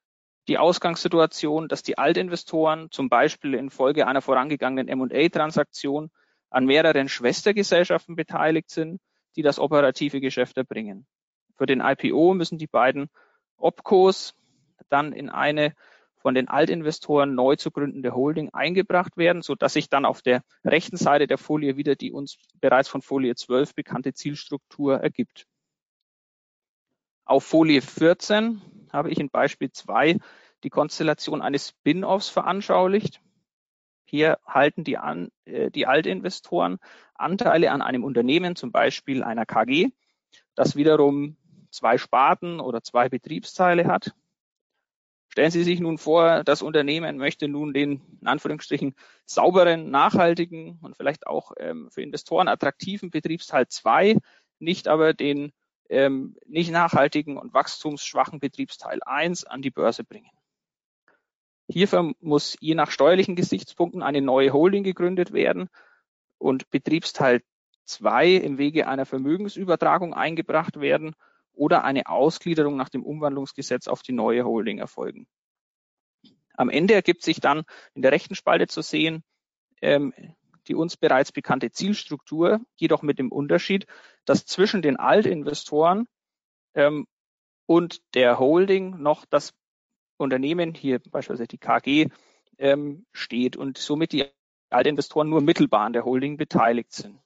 die Ausgangssituation, dass die Altinvestoren zum Beispiel infolge einer vorangegangenen M&A-Transaktion an mehreren Schwestergesellschaften beteiligt sind, die das operative Geschäft erbringen. Für den IPO müssen die beiden Opcos dann in eine von den Altinvestoren neu zu gründende Holding eingebracht werden, sodass sich dann auf der rechten Seite der Folie wieder die uns bereits von Folie 12 bekannte Zielstruktur ergibt. Auf Folie 14 habe ich in Beispiel 2 die Konstellation eines Spin-offs veranschaulicht. Hier halten die Altinvestoren Anteile an einem Unternehmen, zum Beispiel einer KG, das wiederum 2 Sparten oder 2 Betriebsteile hat. Stellen Sie sich nun vor, das Unternehmen möchte nun den, in Anführungsstrichen, sauberen, nachhaltigen und vielleicht auch für Investoren attraktiven Betriebsteil 2, nicht aber den nicht nachhaltigen und wachstumsschwachen Betriebsteil 1 an die Börse bringen. Hierfür muss je nach steuerlichen Gesichtspunkten eine neue Holding gegründet werden und Betriebsteil 2 im Wege einer Vermögensübertragung eingebracht werden oder eine Ausgliederung nach dem Umwandlungsgesetz auf die neue Holding erfolgen. Am Ende ergibt sich dann in der rechten Spalte zu sehen, die uns bereits bekannte Zielstruktur, jedoch mit dem Unterschied, dass zwischen den Altinvestoren und der Holding noch das Unternehmen, hier beispielsweise die KG, steht und somit die Altinvestoren nur mittelbar an der Holding beteiligt sind.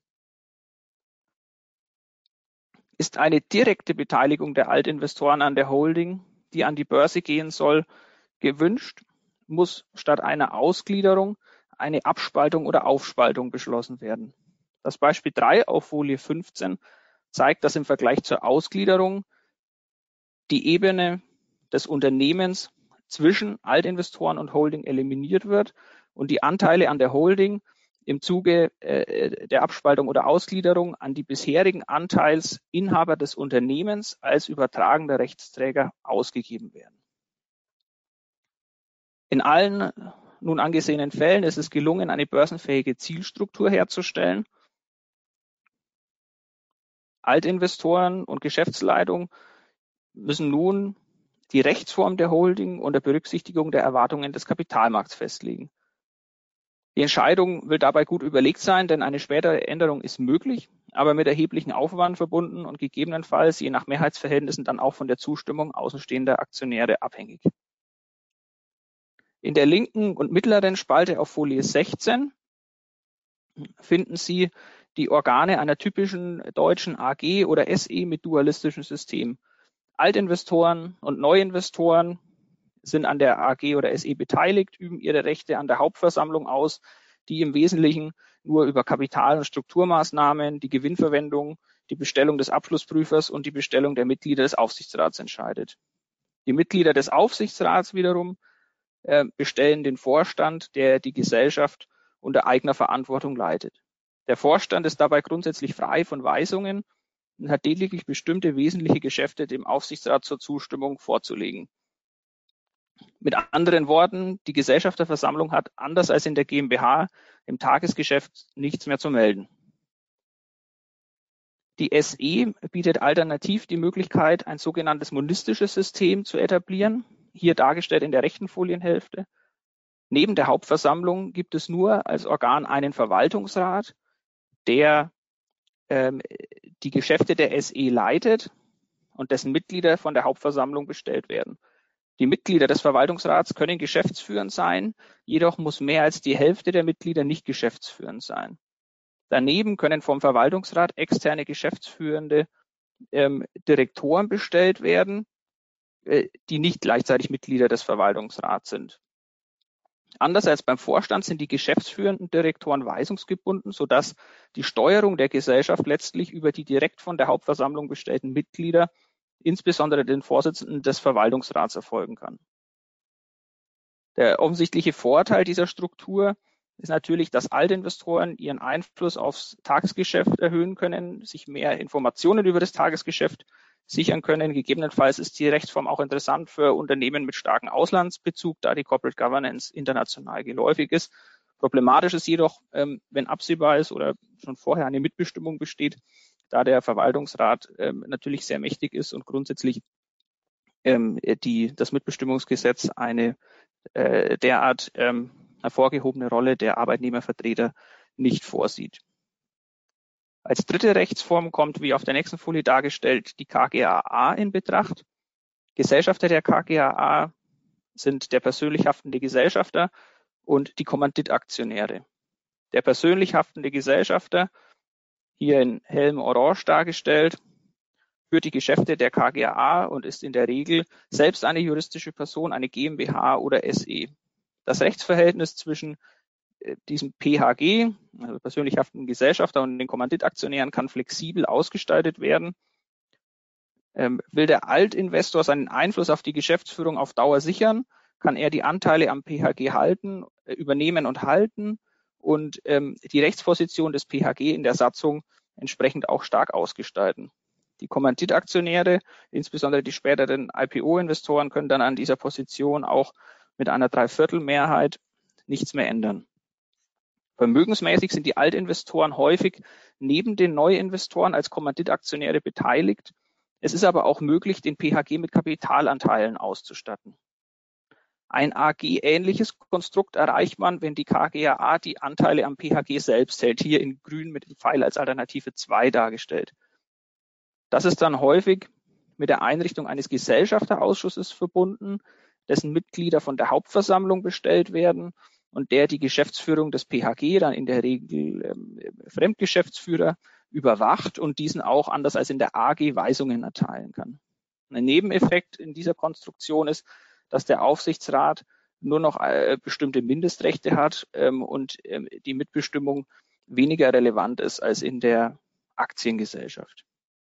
Ist eine direkte Beteiligung der Altinvestoren an der Holding, die an die Börse gehen soll, gewünscht, muss statt einer Ausgliederung eine Abspaltung oder Aufspaltung beschlossen werden. Das Beispiel 3 auf Folie 15 zeigt, dass im Vergleich zur Ausgliederung die Ebene des Unternehmens zwischen Altinvestoren und Holding eliminiert wird und die Anteile an der Holding im Zuge der Abspaltung oder Ausgliederung an die bisherigen Anteilsinhaber des Unternehmens als übertragender Rechtsträger ausgegeben werden. In allen nun angesehenen Fällen ist es gelungen, eine börsenfähige Zielstruktur herzustellen. Altinvestoren und Geschäftsleitung müssen nun die Rechtsform der Holding unter Berücksichtigung der Erwartungen des Kapitalmarkts festlegen. Die Entscheidung will dabei gut überlegt sein, denn eine spätere Änderung ist möglich, aber mit erheblichem Aufwand verbunden und gegebenenfalls je nach Mehrheitsverhältnissen dann auch von der Zustimmung außenstehender Aktionäre abhängig. In der linken und mittleren Spalte auf Folie 16 finden Sie die Organe einer typischen deutschen AG oder SE mit dualistischem System. Altinvestoren und Neuinvestoren sind an der AG oder SE beteiligt, üben ihre Rechte an der Hauptversammlung aus, die im Wesentlichen nur über Kapital- und Strukturmaßnahmen, die Gewinnverwendung, die Bestellung des Abschlussprüfers und die Bestellung der Mitglieder des Aufsichtsrats entscheidet. Die Mitglieder des Aufsichtsrats wiederum bestellen den Vorstand, der die Gesellschaft unter eigener Verantwortung leitet. Der Vorstand ist dabei grundsätzlich frei von Weisungen und hat lediglich bestimmte wesentliche Geschäfte dem Aufsichtsrat zur Zustimmung vorzulegen. Mit anderen Worten, die Gesellschafterversammlung hat, anders als in der GmbH, im Tagesgeschäft nichts mehr zu melden. Die SE bietet alternativ die Möglichkeit, ein sogenanntes monistisches System zu etablieren, hier dargestellt in der rechten Folienhälfte. Neben der Hauptversammlung gibt es nur als Organ einen Verwaltungsrat, der die Geschäfte der SE leitet und dessen Mitglieder von der Hauptversammlung bestellt werden. Die Mitglieder des Verwaltungsrats können geschäftsführend sein, jedoch muss mehr als die Hälfte der Mitglieder nicht geschäftsführend sein. Daneben können vom Verwaltungsrat externe geschäftsführende Direktoren bestellt werden, die nicht gleichzeitig Mitglieder des Verwaltungsrats sind. Anders als beim Vorstand sind die geschäftsführenden Direktoren weisungsgebunden, sodass die Steuerung der Gesellschaft letztlich über die direkt von der Hauptversammlung bestellten Mitglieder, insbesondere den Vorsitzenden des Verwaltungsrats, erfolgen kann. Der offensichtliche Vorteil dieser Struktur ist natürlich, dass Altinvestoren ihren Einfluss aufs Tagesgeschäft erhöhen können, sich mehr Informationen über das Tagesgeschäft sichern können. Gegebenenfalls ist die Rechtsform auch interessant für Unternehmen mit starkem Auslandsbezug, da die Corporate Governance international geläufig ist. Problematisch ist jedoch, wenn absehbar ist oder schon vorher eine Mitbestimmung besteht, da der Verwaltungsrat natürlich sehr mächtig ist und grundsätzlich das Mitbestimmungsgesetz eine derart hervorgehobene Rolle der Arbeitnehmervertreter nicht vorsieht. Als dritte Rechtsform kommt, wie auf der nächsten Folie dargestellt, die KGaA in Betracht. Gesellschafter der KGaA sind der persönlich haftende Gesellschafter und die Kommanditaktionäre. Der persönlich haftende Gesellschafter, hier in hellem Orange dargestellt, führt die Geschäfte der KGaA und ist in der Regel selbst eine juristische Person, eine GmbH oder SE. Das Rechtsverhältnis zwischen diesem PHG, also persönlich haftenden Gesellschafter, und den Kommanditaktionären kann flexibel ausgestaltet werden. Will der Altinvestor seinen Einfluss auf die Geschäftsführung auf Dauer sichern, kann er die Anteile am PHG übernehmen und halten und die Rechtsposition des PHG in der Satzung entsprechend auch stark ausgestalten. Die Kommanditaktionäre, insbesondere die späteren IPO-Investoren, können dann an dieser Position auch mit einer Dreiviertelmehrheit nichts mehr ändern. Vermögensmäßig sind die Altinvestoren häufig neben den Neuinvestoren als Kommanditaktionäre beteiligt. Es ist aber auch möglich, den PHG mit Kapitalanteilen auszustatten. Ein AG-ähnliches Konstrukt erreicht man, wenn die KGaA die Anteile am PHG selbst hält, hier in grün mit dem Pfeil als Alternative 2 dargestellt. Das ist dann häufig mit der Einrichtung eines Gesellschafterausschusses verbunden, dessen Mitglieder von der Hauptversammlung bestellt werden und der die Geschäftsführung des PHG, dann in der Regel Fremdgeschäftsführer, überwacht und diesen auch, anders als in der AG, Weisungen erteilen kann. Ein Nebeneffekt in dieser Konstruktion ist, dass der Aufsichtsrat nur noch bestimmte Mindestrechte hat und die Mitbestimmung weniger relevant ist als in der Aktiengesellschaft.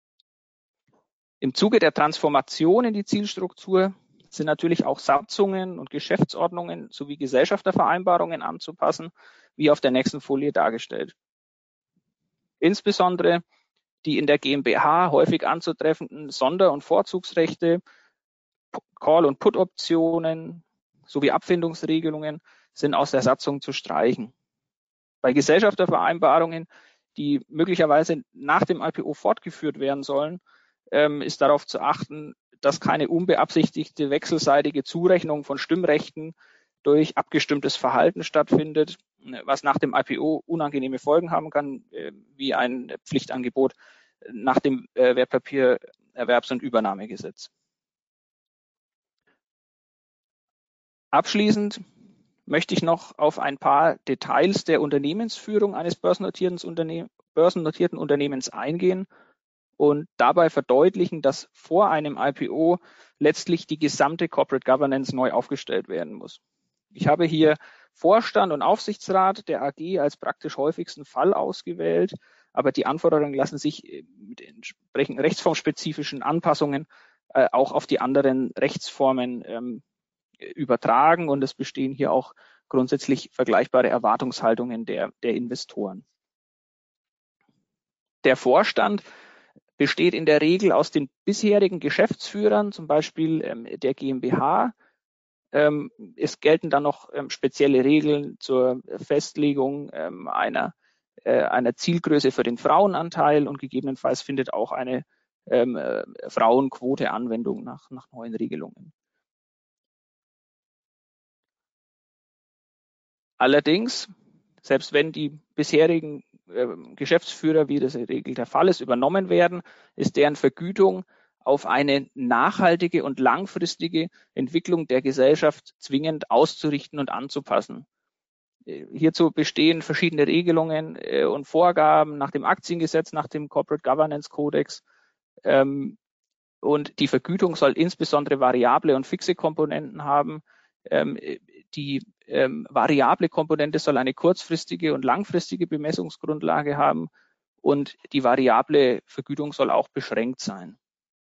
Im Zuge der Transformation in die Zielstruktur sind natürlich auch Satzungen und Geschäftsordnungen sowie Gesellschaftervereinbarungen anzupassen, wie auf der nächsten Folie dargestellt. Insbesondere die in der GmbH häufig anzutreffenden Sonder- und Vorzugsrechte, Call- und Put-Optionen sowie Abfindungsregelungen sind aus der Satzung zu streichen. Bei Gesellschaftervereinbarungen, die möglicherweise nach dem IPO fortgeführt werden sollen, ist darauf zu achten, dass keine unbeabsichtigte wechselseitige Zurechnung von Stimmrechten durch abgestimmtes Verhalten stattfindet, was nach dem IPO unangenehme Folgen haben kann, wie ein Pflichtangebot nach dem Wertpapiererwerbs- und Übernahmegesetz. Abschließend möchte ich noch auf ein paar Details der Unternehmensführung eines börsennotierten Unternehmens eingehen und dabei verdeutlichen, dass vor einem IPO letztlich die gesamte Corporate Governance neu aufgestellt werden muss. Ich habe hier Vorstand und Aufsichtsrat der AG als praktisch häufigsten Fall ausgewählt, aber die Anforderungen lassen sich mit entsprechenden rechtsformspezifischen Anpassungen auch auf die anderen Rechtsformen übertragen und es bestehen hier auch grundsätzlich vergleichbare Erwartungshaltungen der Investoren. Der Vorstand besteht in der Regel aus den bisherigen Geschäftsführern, zum Beispiel der GmbH. Es gelten dann noch spezielle Regeln zur Festlegung einer Zielgröße für den Frauenanteil und gegebenenfalls findet auch eine Frauenquote Anwendung nach neuen Regelungen. Allerdings, selbst wenn die bisherigen Geschäftsführer, wie das in der Regel der Fall ist, übernommen werden, ist deren Vergütung auf eine nachhaltige und langfristige Entwicklung der Gesellschaft zwingend auszurichten und anzupassen. Hierzu bestehen verschiedene Regelungen und Vorgaben nach dem Aktiengesetz, nach dem Corporate Governance Codex. Und die Vergütung soll insbesondere variable und fixe Komponenten haben. Die variable Komponente soll eine kurzfristige und langfristige Bemessungsgrundlage haben und die variable Vergütung soll auch beschränkt sein.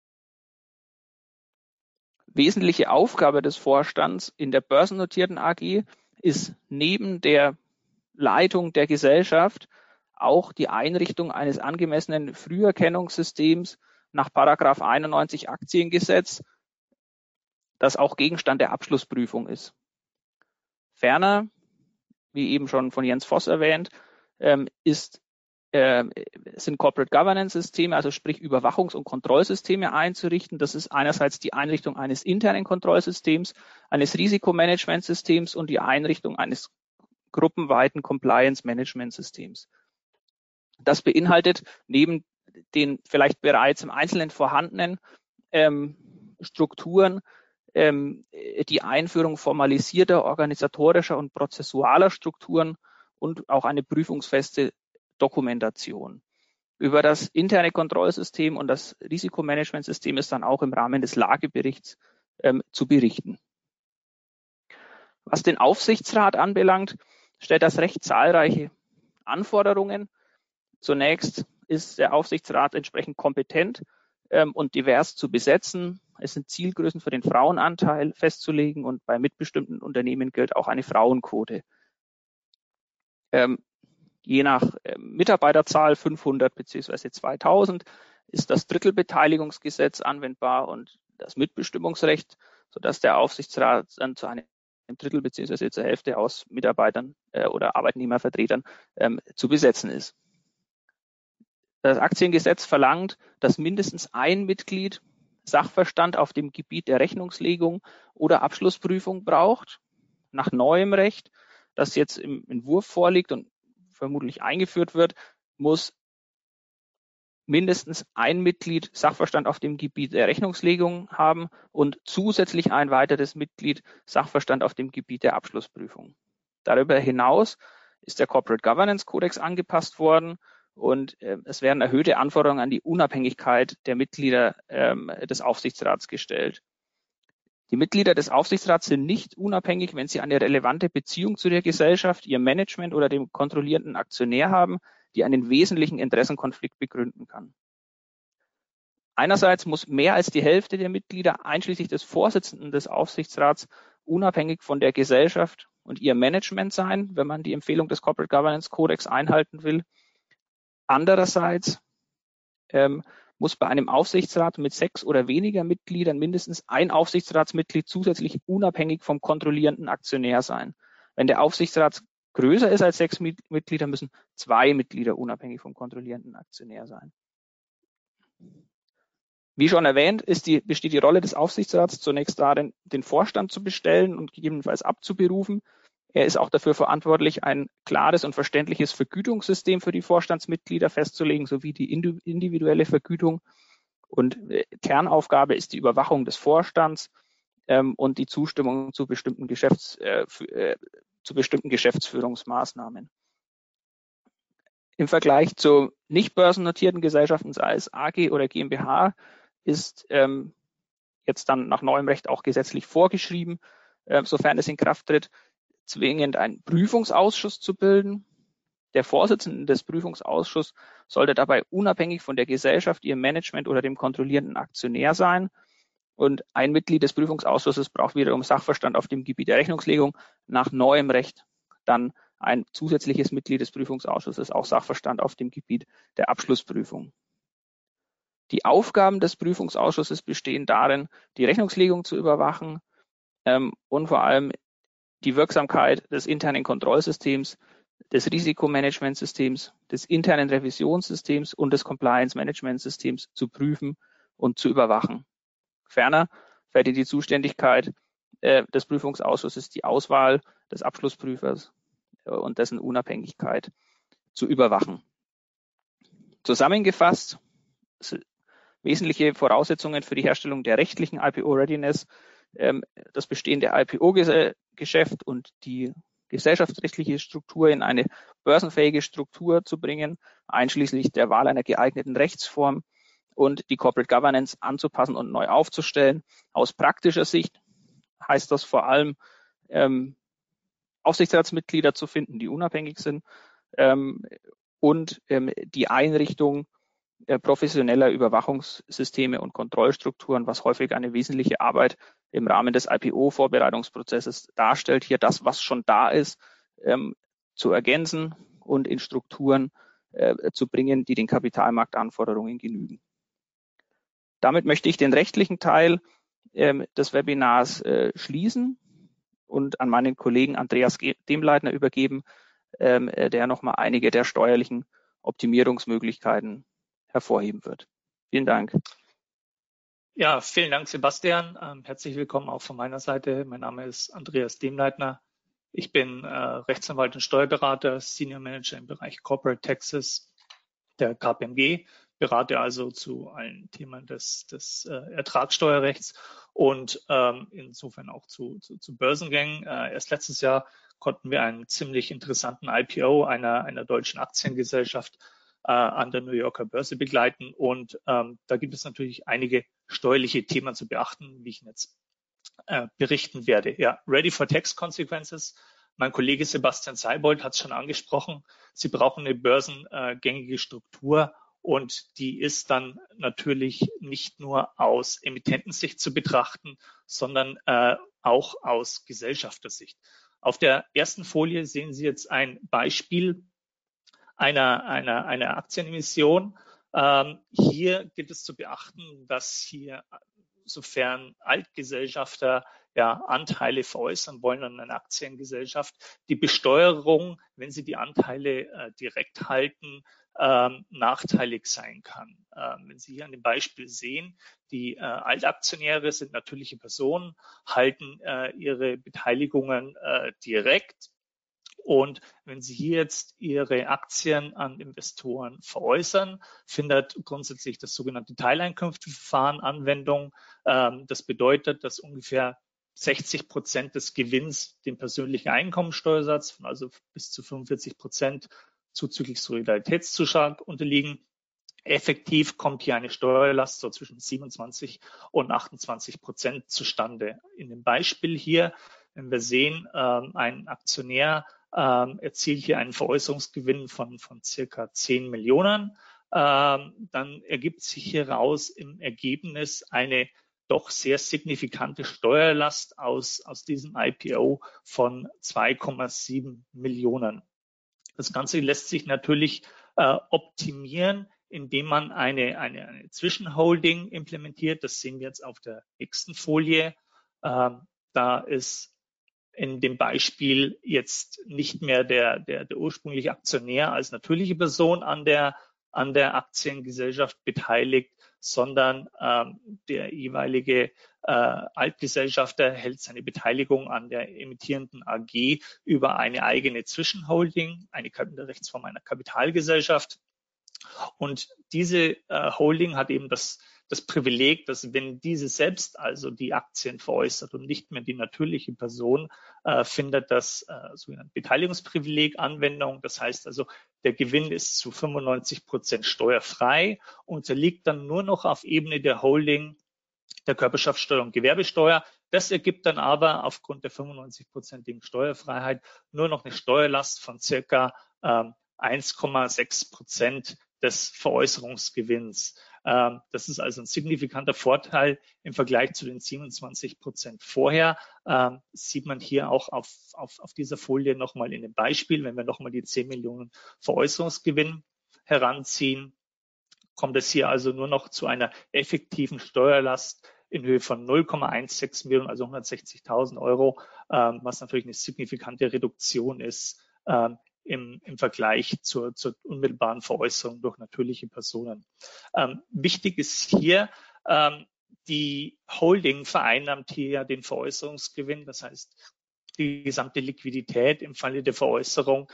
Wesentliche Aufgabe des Vorstands in der börsennotierten AG ist neben der Leitung der Gesellschaft auch die Einrichtung eines angemessenen Früherkennungssystems nach § 91 Aktiengesetz, das auch Gegenstand der Abschlussprüfung ist. Ferner, wie eben schon von Jens Voss erwähnt, ist sind Corporate Governance Systeme, also sprich Überwachungs- und Kontrollsysteme einzurichten. Das ist einerseits die Einrichtung eines internen Kontrollsystems, eines Risikomanagementsystems und die Einrichtung eines gruppenweiten Compliance-Management-Systems. Das beinhaltet neben den vielleicht bereits im Einzelnen vorhandenen Strukturen die Einführung formalisierter organisatorischer und prozessualer Strukturen und auch eine prüfungsfeste Dokumentation. Über das interne Kontrollsystem und das Risikomanagementsystem ist dann auch im Rahmen des Lageberichts zu berichten. Was den Aufsichtsrat anbelangt, stellt das Recht zahlreiche Anforderungen. Zunächst ist der Aufsichtsrat entsprechend kompetent und divers zu besetzen. Es sind Zielgrößen für den Frauenanteil festzulegen und bei mitbestimmten Unternehmen gilt auch eine Frauenquote. Je nach Mitarbeiterzahl 500 bzw. 2000 ist das Drittelbeteiligungsgesetz anwendbar und das Mitbestimmungsrecht, sodass der Aufsichtsrat dann zu einem Drittel bzw. zur Hälfte aus Mitarbeitern oder Arbeitnehmervertretern zu besetzen ist. Das Aktiengesetz verlangt, dass mindestens ein Mitglied Sachverstand auf dem Gebiet der Rechnungslegung oder Abschlussprüfung braucht. Nach neuem Recht, das jetzt im Entwurf vorliegt und vermutlich eingeführt wird, muss mindestens ein Mitglied Sachverstand auf dem Gebiet der Rechnungslegung haben und zusätzlich ein weiteres Mitglied Sachverstand auf dem Gebiet der Abschlussprüfung. Darüber hinaus ist der Corporate Governance Kodex angepasst worden und es werden erhöhte Anforderungen an die Unabhängigkeit der Mitglieder des Aufsichtsrats gestellt. Die Mitglieder des Aufsichtsrats sind nicht unabhängig, wenn sie eine relevante Beziehung zu der Gesellschaft, ihrem Management oder dem kontrollierenden Aktionär haben, die einen wesentlichen Interessenkonflikt begründen kann. Einerseits muss mehr als die Hälfte der Mitglieder, einschließlich des Vorsitzenden des Aufsichtsrats, unabhängig von der Gesellschaft und ihrem Management sein, wenn man die Empfehlung des Corporate Governance Codex einhalten will. Andererseits muss bei einem Aufsichtsrat mit 6 oder weniger Mitgliedern mindestens ein Aufsichtsratsmitglied zusätzlich unabhängig vom kontrollierenden Aktionär sein. Wenn der Aufsichtsrat größer ist als 6 Mitglieder, müssen 2 Mitglieder unabhängig vom kontrollierenden Aktionär sein. Wie schon erwähnt, besteht die Rolle des Aufsichtsrats zunächst darin, den Vorstand zu bestellen und gegebenenfalls abzuberufen. Er ist auch dafür verantwortlich, ein klares und verständliches Vergütungssystem für die Vorstandsmitglieder festzulegen, sowie die individuelle Vergütung. Und Kernaufgabe ist die Überwachung des Vorstands und die Zustimmung zu bestimmten Geschäftsführungsmaßnahmen. Im Vergleich zu nicht börsennotierten Gesellschaften, sei es AG oder GmbH, ist jetzt dann nach neuem Recht auch gesetzlich vorgeschrieben, sofern es in Kraft tritt, zwingend einen Prüfungsausschuss zu bilden. Der Vorsitzende des Prüfungsausschusses sollte dabei unabhängig von der Gesellschaft, ihrem Management oder dem kontrollierenden Aktionär sein. Und ein Mitglied des Prüfungsausschusses braucht wiederum Sachverstand auf dem Gebiet der Rechnungslegung. Nach neuem Recht dann ein zusätzliches Mitglied des Prüfungsausschusses, auch Sachverstand auf dem Gebiet der Abschlussprüfung. Die Aufgaben des Prüfungsausschusses bestehen darin, die Rechnungslegung zu überwachen und vor allem die Wirksamkeit des internen Kontrollsystems, des Risikomanagementsystems, des internen Revisionssystems und des Compliance-Management-Systems zu prüfen und zu überwachen. Ferner fällt in die Zuständigkeit des Prüfungsausschusses die Auswahl des Abschlussprüfers und dessen Unabhängigkeit zu überwachen. Zusammengefasst, wesentliche Voraussetzungen für die Herstellung der rechtlichen IPO-Readiness, das bestehende IPO-Geschäft und die gesellschaftsrechtliche Struktur in eine börsenfähige Struktur zu bringen, einschließlich der Wahl einer geeigneten Rechtsform und die Corporate Governance anzupassen und neu aufzustellen. Aus praktischer Sicht heißt das vor allem, Aufsichtsratsmitglieder zu finden, die unabhängig sind und die Einrichtung professioneller Überwachungssysteme und Kontrollstrukturen, was häufig eine wesentliche Arbeit im Rahmen des IPO-Vorbereitungsprozesses darstellt, hier das, was schon da ist, zu ergänzen und in Strukturen zu bringen, die den Kapitalmarktanforderungen genügen. Damit möchte ich den rechtlichen Teil des Webinars schließen und an meinen Kollegen Andreas Demleitner übergeben, der nochmal einige der steuerlichen Optimierungsmöglichkeiten hervorheben wird. Vielen Dank.
Ja, vielen Dank, Sebastian. Herzlich willkommen auch von meiner Seite. Mein Name ist Andreas Demleitner. Ich bin Rechtsanwalt und Steuerberater, Senior Manager im Bereich Corporate Taxes der KPMG, berate also zu allen Themen des Ertragssteuerrechts und insofern auch zu Börsengängen. Erst letztes Jahr konnten wir einen ziemlich interessanten IPO einer deutschen Aktiengesellschaft an der New Yorker Börse begleiten. Und da gibt es natürlich einige steuerliche Themen zu beachten, wie ich Ihnen jetzt berichten werde. Ja, ready for tax consequences. Mein Kollege Sebastian Seibold hat es schon angesprochen. Sie brauchen eine börsengängige Struktur und die ist dann natürlich nicht nur aus Emittentensicht zu betrachten, sondern auch aus Gesellschaftersicht. Auf der ersten Folie sehen Sie jetzt ein Beispiel einer Aktienemission. Hier gilt es zu beachten, dass hier, sofern Altgesellschafter Anteile veräußern wollen an einer Aktiengesellschaft, die Besteuerung, wenn sie die Anteile direkt halten, nachteilig sein kann. Wenn Sie hier an dem Beispiel sehen, die Altaktionäre sind natürliche Personen, halten ihre Beteiligungen direkt. Und wenn Sie hier jetzt Ihre Aktien an Investoren veräußern, findet grundsätzlich das sogenannte Teileinkünfteverfahren Anwendung. Das bedeutet, dass ungefähr 60% des Gewinns dem persönlichen Einkommensteuersatz von also bis zu 45% zuzüglich Solidaritätszuschlag unterliegen. Effektiv kommt hier eine Steuerlast so zwischen 27 und 28% zustande. In dem Beispiel hier, wenn wir sehen, ein Aktionär erzielt hier einen Veräußerungsgewinn von circa 10 Millionen, dann ergibt sich hieraus im Ergebnis eine doch sehr signifikante Steuerlast aus diesem IPO von 2,7 Millionen. Das Ganze lässt sich natürlich optimieren, indem man eine Zwischenholding implementiert. Das sehen wir jetzt auf der nächsten Folie. Da ist in dem Beispiel jetzt nicht mehr der ursprüngliche Aktionär als natürliche Person an der Aktiengesellschaft beteiligt, sondern der jeweilige Altgesellschafter hält seine Beteiligung an der emittierenden AG über eine eigene Zwischenholding, in der Rechtsform einer Kapitalgesellschaft. Und diese Holding hat eben das Privileg, dass wenn diese selbst also die Aktien veräußert und nicht mehr die natürliche Person, findet das sogenannte Beteiligungsprivileg Anwendung. Das heißt also, der Gewinn ist zu 95% steuerfrei, unterliegt dann nur noch auf Ebene der Holding der Körperschaftsteuer und Gewerbesteuer. Das ergibt dann aber aufgrund der 95%igen Steuerfreiheit nur noch eine Steuerlast von circa 1,6% des Veräußerungsgewinns. Das ist also ein signifikanter Vorteil im Vergleich zu den 27% vorher. Sieht man hier auch auf dieser Folie nochmal in dem Beispiel, wenn wir nochmal die 10 Millionen Veräußerungsgewinn heranziehen, kommt es hier also nur noch zu einer effektiven Steuerlast in Höhe von 0,16 Millionen, also 160.000 Euro, was natürlich eine signifikante Reduktion ist im Vergleich zur unmittelbaren Veräußerung durch natürliche Personen. Wichtig ist hier, die Holding vereinnahmt hier den Veräußerungsgewinn, das heißt, die gesamte Liquidität im Falle der Veräußerung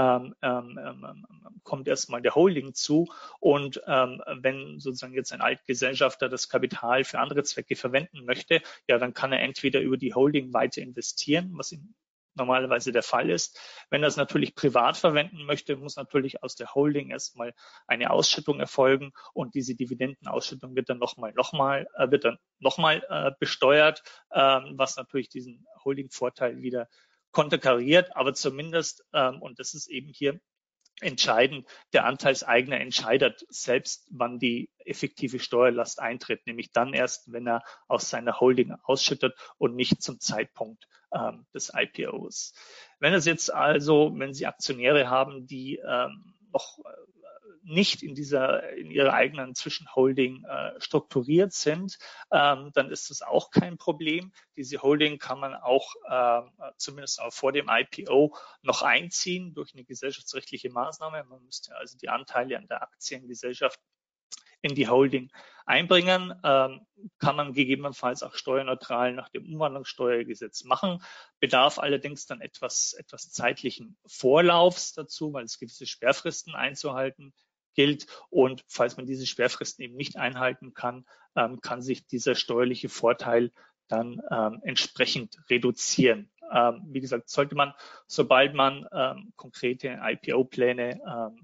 kommt erstmal der Holding zu. Und wenn sozusagen jetzt ein Altgesellschafter das Kapital für andere Zwecke verwenden möchte, ja, dann kann er entweder über die Holding weiter investieren, was ihm normalerweise der Fall ist. Wenn er es natürlich privat verwenden möchte, muss natürlich aus der Holding erstmal eine Ausschüttung erfolgen und diese Dividendenausschüttung wird dann nochmal besteuert, was natürlich diesen Holding-Vorteil wieder konterkariert, aber zumindest, und das ist eben hier entscheidend, der Anteilseigner entscheidet selbst, wann die effektive Steuerlast eintritt, nämlich dann erst, wenn er aus seiner Holding ausschüttet und nicht zum Zeitpunkt des IPOs. Wenn Sie Aktionäre haben, die noch nicht in ihrer eigenen Zwischenholding strukturiert sind, dann ist das auch kein Problem. Diese Holding kann man auch zumindest auch vor dem IPO noch einziehen durch eine gesellschaftsrechtliche Maßnahme. Man müsste also die Anteile an der Aktiengesellschaft in die Holding einbringen, kann man gegebenenfalls auch steuerneutral nach dem Umwandlungssteuergesetz machen, bedarf allerdings dann etwas zeitlichen Vorlaufs dazu, weil es gewisse Sperrfristen einzuhalten gilt, und falls man diese Sperrfristen eben nicht einhalten kann, kann sich dieser steuerliche Vorteil dann entsprechend reduzieren. Wie gesagt, sollte man, sobald man konkrete IPO-Pläne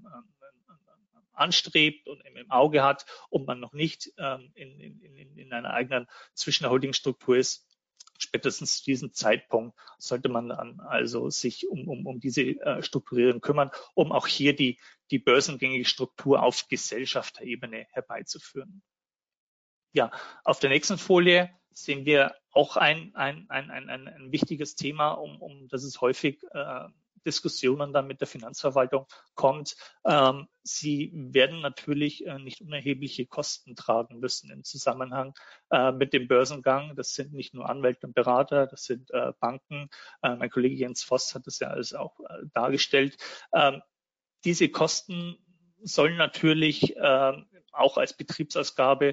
anstrebt und im Auge hat und man noch nicht in einer eigenen Zwischenholding-Struktur ist, spätestens zu diesem Zeitpunkt sollte man dann also sich um diese Strukturierung kümmern, um auch hier die börsengängige Struktur auf Gesellschafterebene herbeizuführen. Ja, auf der nächsten Folie sehen wir auch ein wichtiges Thema, um das es häufig Diskussionen dann mit der Finanzverwaltung kommt. Sie werden natürlich nicht unerhebliche Kosten tragen müssen im Zusammenhang mit dem Börsengang. Das sind nicht nur Anwälte und Berater, das sind Banken. Mein Kollege Jens Voss hat das ja alles auch dargestellt. Diese Kosten sollen natürlich auch als Betriebsausgabe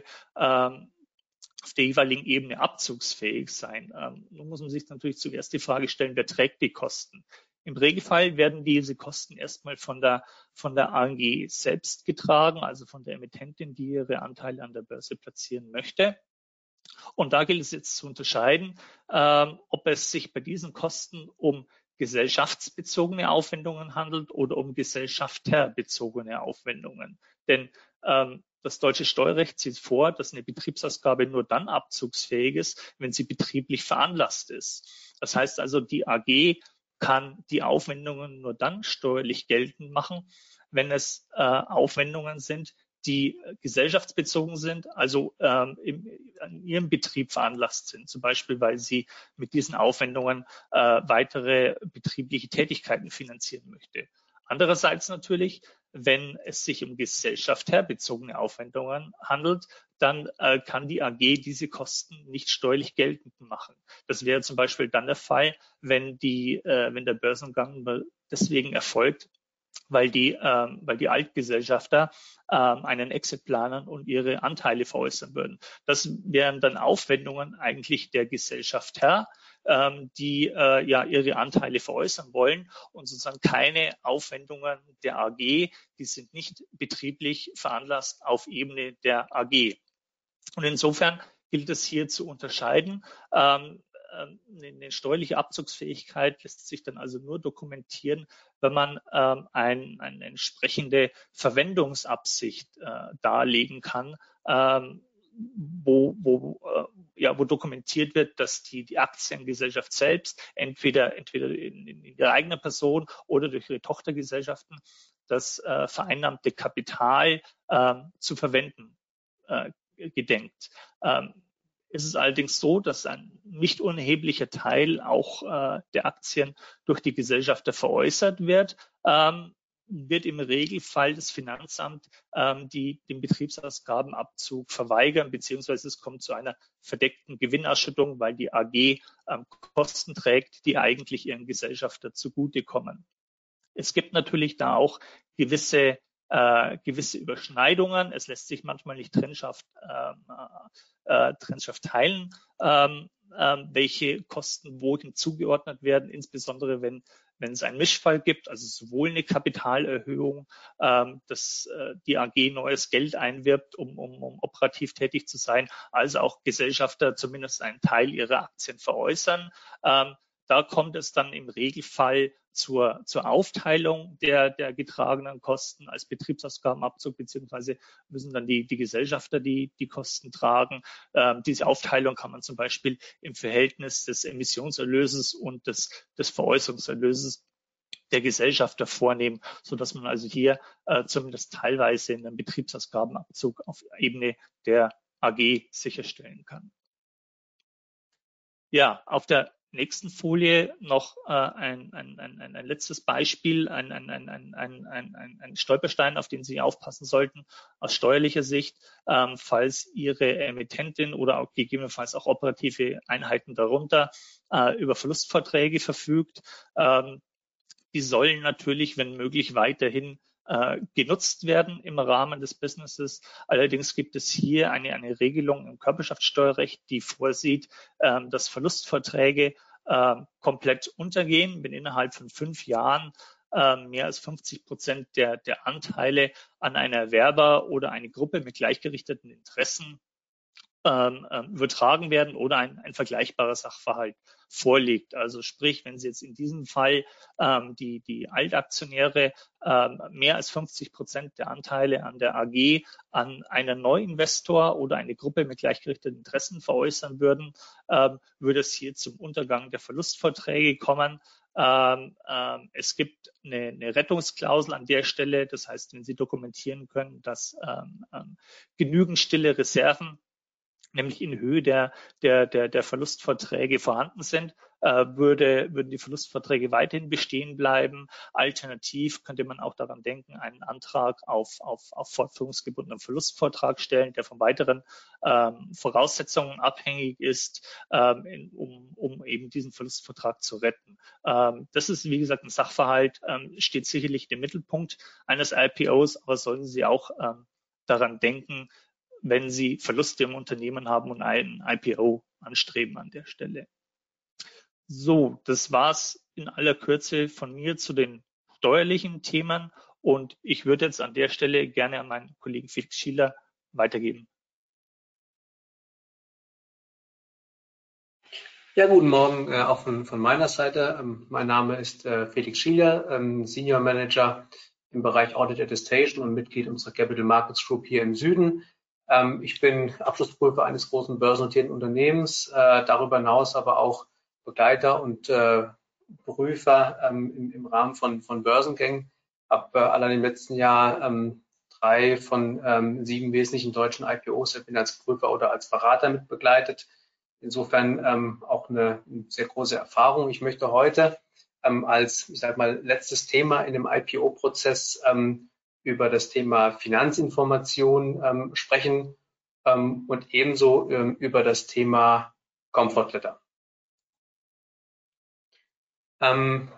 auf der jeweiligen Ebene abzugsfähig sein. Nun muss man sich natürlich zuerst die Frage stellen, wer trägt die Kosten? Im Regelfall werden diese Kosten erstmal von der AG selbst getragen, also von der Emittentin, die ihre Anteile an der Börse platzieren möchte. Und da gilt es jetzt zu unterscheiden, ob es sich bei diesen Kosten um gesellschaftsbezogene Aufwendungen handelt oder um gesellschafterbezogene Aufwendungen. Denn das deutsche Steuerrecht sieht vor, dass eine Betriebsausgabe nur dann abzugsfähig ist, wenn sie betrieblich veranlasst ist. Das heißt also, die AG kann die Aufwendungen nur dann steuerlich geltend machen, wenn es Aufwendungen sind, die gesellschaftsbezogen sind, also an ihrem Betrieb veranlasst sind, zum Beispiel, weil sie mit diesen Aufwendungen weitere betriebliche Tätigkeiten finanzieren möchte. Andererseits natürlich, wenn es sich um gesellschafterbezogene Aufwendungen handelt, dann kann die AG diese Kosten nicht steuerlich geltend machen. Das wäre zum Beispiel dann der Fall, wenn der Börsengang deswegen erfolgt, weil die Altgesellschafter einen Exit planen und ihre Anteile veräußern würden. Das wären dann Aufwendungen eigentlich der Gesellschafter, die ihre Anteile veräußern wollen, und sozusagen keine Aufwendungen der AG, die sind nicht betrieblich veranlasst auf Ebene der AG. Und insofern gilt es hier zu unterscheiden. Eine steuerliche Abzugsfähigkeit lässt sich dann also nur dokumentieren, wenn man eine entsprechende Verwendungsabsicht darlegen kann, wo dokumentiert wird, dass die Aktiengesellschaft selbst entweder in ihrer eigenen Person oder durch ihre Tochtergesellschaften das vereinnahmte Kapital zu verwenden gedenkt. Es ist allerdings so, dass ein nicht unerheblicher Teil auch der Aktien durch die Gesellschafter veräußert wird, wird im Regelfall das Finanzamt den Betriebsausgabenabzug verweigern, beziehungsweise es kommt zu einer verdeckten Gewinnausschüttung, weil die AG Kosten trägt, die eigentlich ihren Gesellschafter zugutekommen. Es gibt natürlich da auch gewisse Überschneidungen. Es lässt sich manchmal nicht trennscharf teilen, welche Kosten wohin zugeordnet werden, insbesondere wenn es einen Mischfall gibt, also sowohl eine Kapitalerhöhung, dass die AG neues Geld einwirbt, um operativ tätig zu sein, als auch Gesellschafter zumindest einen Teil ihrer Aktien veräußern. Da kommt es dann im Regelfall zur Aufteilung der getragenen Kosten als Betriebsausgabenabzug, beziehungsweise müssen dann die Gesellschafter die Kosten tragen. Diese Aufteilung kann man zum Beispiel im Verhältnis des Emissionserlöses und des Veräußerungserlöses der Gesellschafter vornehmen, sodass man also hier zumindest teilweise einen Betriebsausgabenabzug auf Ebene der AG sicherstellen kann. Ja, auf der nächsten Folie noch ein letztes Beispiel, ein Stolperstein, auf den Sie aufpassen sollten aus steuerlicher Sicht, falls Ihre Emittentin oder auch gegebenenfalls auch operative Einheiten darunter über Verlustverträge verfügt. Die sollen natürlich, wenn möglich, weiterhin genutzt werden im Rahmen des Businesses. Allerdings gibt es hier eine Regelung im Körperschaftssteuerrecht, die vorsieht, dass Verlustverträge komplett untergehen, wenn innerhalb von 5 Jahren mehr als 50% der Anteile an einen Erwerber oder eine Gruppe mit gleichgerichteten Interessen übertragen werden oder ein vergleichbarer Sachverhalt vorliegt. Also sprich, wenn Sie jetzt in diesem Fall die Altaktionäre mehr als 50% der Anteile an der AG an einen Neuinvestor oder eine Gruppe mit gleichgerichteten Interessen veräußern würden, würde es hier zum Untergang der Verlustverträge kommen. Es gibt eine Rettungsklausel an der Stelle. Das heißt, wenn Sie dokumentieren können, dass genügend stille Reserven, nämlich in Höhe der Verlustverträge vorhanden sind, würden die Verlustverträge weiterhin bestehen bleiben. Alternativ könnte man auch daran denken, einen Antrag auf fortführungsgebundenen Verlustvertrag stellen, der von weiteren Voraussetzungen abhängig ist, um eben diesen Verlustvertrag zu retten. Das ist, wie gesagt, ein Sachverhalt, steht sicherlich im Mittelpunkt eines IPOs, aber sollten Sie auch daran denken, wenn Sie Verluste im Unternehmen haben und einen IPO anstreben an der Stelle. So, das war's in aller Kürze von mir zu den steuerlichen Themen und ich würde jetzt an der Stelle gerne an meinen Kollegen Felix Schieler weitergeben.
Ja, guten Morgen auch von meiner Seite. Mein Name ist Felix Schieler, Senior Manager im Bereich Audit Attestation und Mitglied unserer Capital Markets Group hier im Süden. Ich bin Abschlussprüfer eines großen börsennotierten Unternehmens, darüber hinaus aber auch Begleiter und Prüfer im Rahmen von Börsengängen. Habe allein im letzten Jahr 3 von 7 wesentlichen deutschen IPOs bin als Prüfer oder als Berater mit begleitet. Insofern auch eine sehr große Erfahrung. Ich möchte heute als, ich sag mal, letztes Thema in dem IPO-Prozess über das Thema Finanzinformation sprechen und ebenso über das Thema Comfort Letter. Bei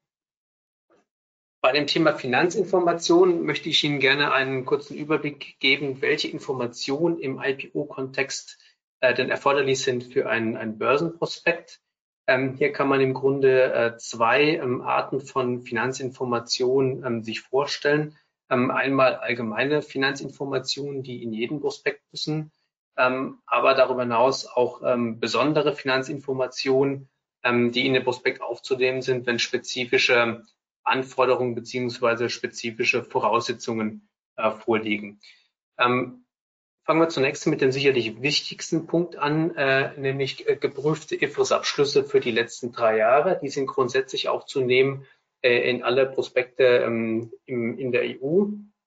dem Thema Finanzinformation möchte ich Ihnen gerne einen kurzen Überblick geben, welche Informationen im IPO-Kontext denn erforderlich sind für ein Börsenprospekt. Hier kann man im Grunde 2 Arten von Finanzinformationen sich vorstellen. Einmal allgemeine Finanzinformationen, die in jeden Prospekt müssen, aber darüber hinaus auch besondere Finanzinformationen, die in den Prospekt aufzunehmen sind, wenn spezifische Anforderungen bzw. spezifische Voraussetzungen vorliegen. Fangen wir zunächst mit dem sicherlich wichtigsten Punkt an, nämlich geprüfte IFRS-Abschlüsse für die letzten 3 Jahre. Die sind grundsätzlich aufzunehmen in alle Prospekte in der EU,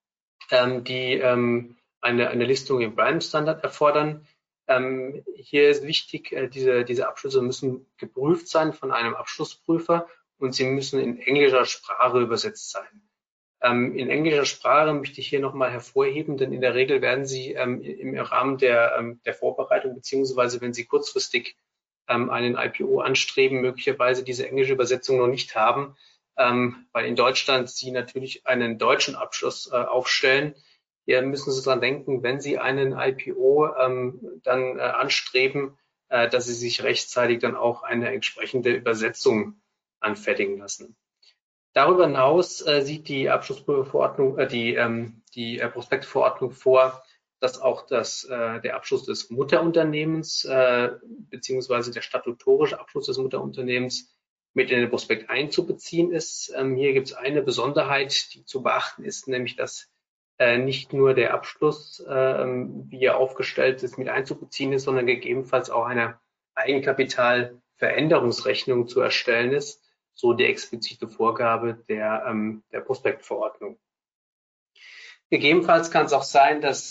die eine Listung im Brand-Standard erfordern. Hier ist wichtig, diese Abschlüsse müssen geprüft sein von einem Abschlussprüfer und sie müssen in englischer Sprache übersetzt sein. In englischer Sprache möchte ich hier nochmal hervorheben, denn in der Regel werden Sie im Rahmen der Vorbereitung beziehungsweise wenn Sie kurzfristig einen IPO anstreben, möglicherweise diese englische Übersetzung noch nicht haben, weil in Deutschland Sie natürlich einen deutschen Abschluss aufstellen. Hier müssen Sie daran denken, wenn Sie einen IPO dann anstreben, dass Sie sich rechtzeitig dann auch eine entsprechende Übersetzung anfertigen lassen. Darüber hinaus sieht die Abschlussprüferverordnung, die Prospektverordnung vor, dass auch der Abschluss des Mutterunternehmens beziehungsweise der statutorische Abschluss des Mutterunternehmens mit in den Prospekt einzubeziehen ist. Hier gibt es eine Besonderheit, die zu beachten ist, nämlich dass nicht nur der Abschluss, wie er aufgestellt ist, mit einzubeziehen ist, sondern gegebenenfalls auch eine Eigenkapitalveränderungsrechnung zu erstellen ist, so die explizite Vorgabe der Prospektverordnung. Gegebenenfalls kann es auch sein, dass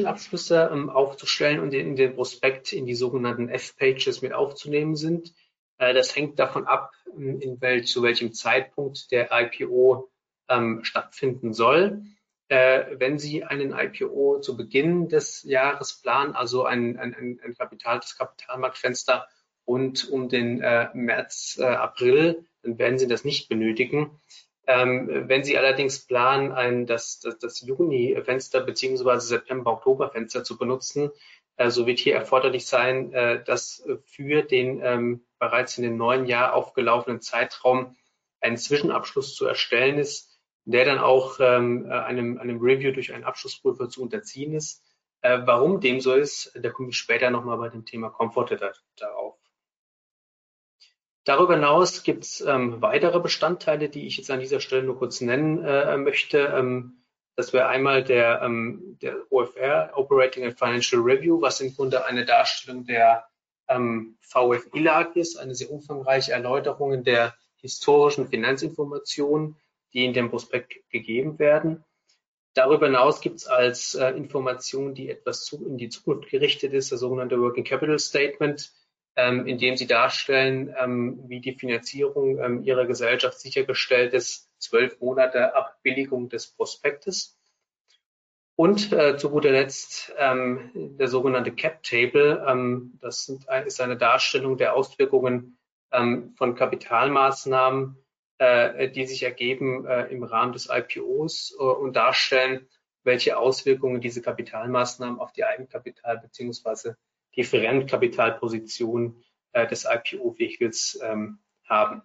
Zwischenabschlüsse aufzustellen und in den Prospekt in die sogenannten F-Pages mit aufzunehmen sind. Das hängt davon ab, zu welchem Zeitpunkt der IPO stattfinden soll. Wenn Sie einen IPO zu Beginn des Jahres planen, also das Kapitalmarktfenster rund um den März, April, dann werden Sie das nicht benötigen. Wenn Sie allerdings planen, das Juni-Fenster bzw. September-Oktober-Fenster zu benutzen, so wird hier erforderlich sein, dass für den bereits in dem neuen Jahr aufgelaufenen Zeitraum ein Zwischenabschluss zu erstellen ist, der dann auch einem Review durch einen Abschlussprüfer zu unterziehen ist. Warum dem so ist, da komme ich später nochmal bei dem Thema Comforted darauf. Darüber hinaus gibt es weitere Bestandteile, die ich jetzt an dieser Stelle nur kurz nennen möchte. Das wäre einmal der OFR, Operating and Financial Review, was im Grunde eine Darstellung der VFI-Lage ist, eine sehr umfangreiche Erläuterung der historischen Finanzinformationen, die in dem Prospekt gegeben werden. Darüber hinaus gibt es als Information, die etwas in die Zukunft gerichtet ist, das sogenannte Working Capital Statement, in dem Sie darstellen, wie die Finanzierung Ihrer Gesellschaft sichergestellt ist, 12 Monate Abbilligung des Prospektes. Und zu guter Letzt der sogenannte Cap Table, das ist eine Darstellung der Auswirkungen von Kapitalmaßnahmen, die sich ergeben im Rahmen des IPOs und darstellen, welche Auswirkungen diese Kapitalmaßnahmen auf die Eigenkapital- bzw. die Fremdkapitalposition des IPO-Vehicles haben.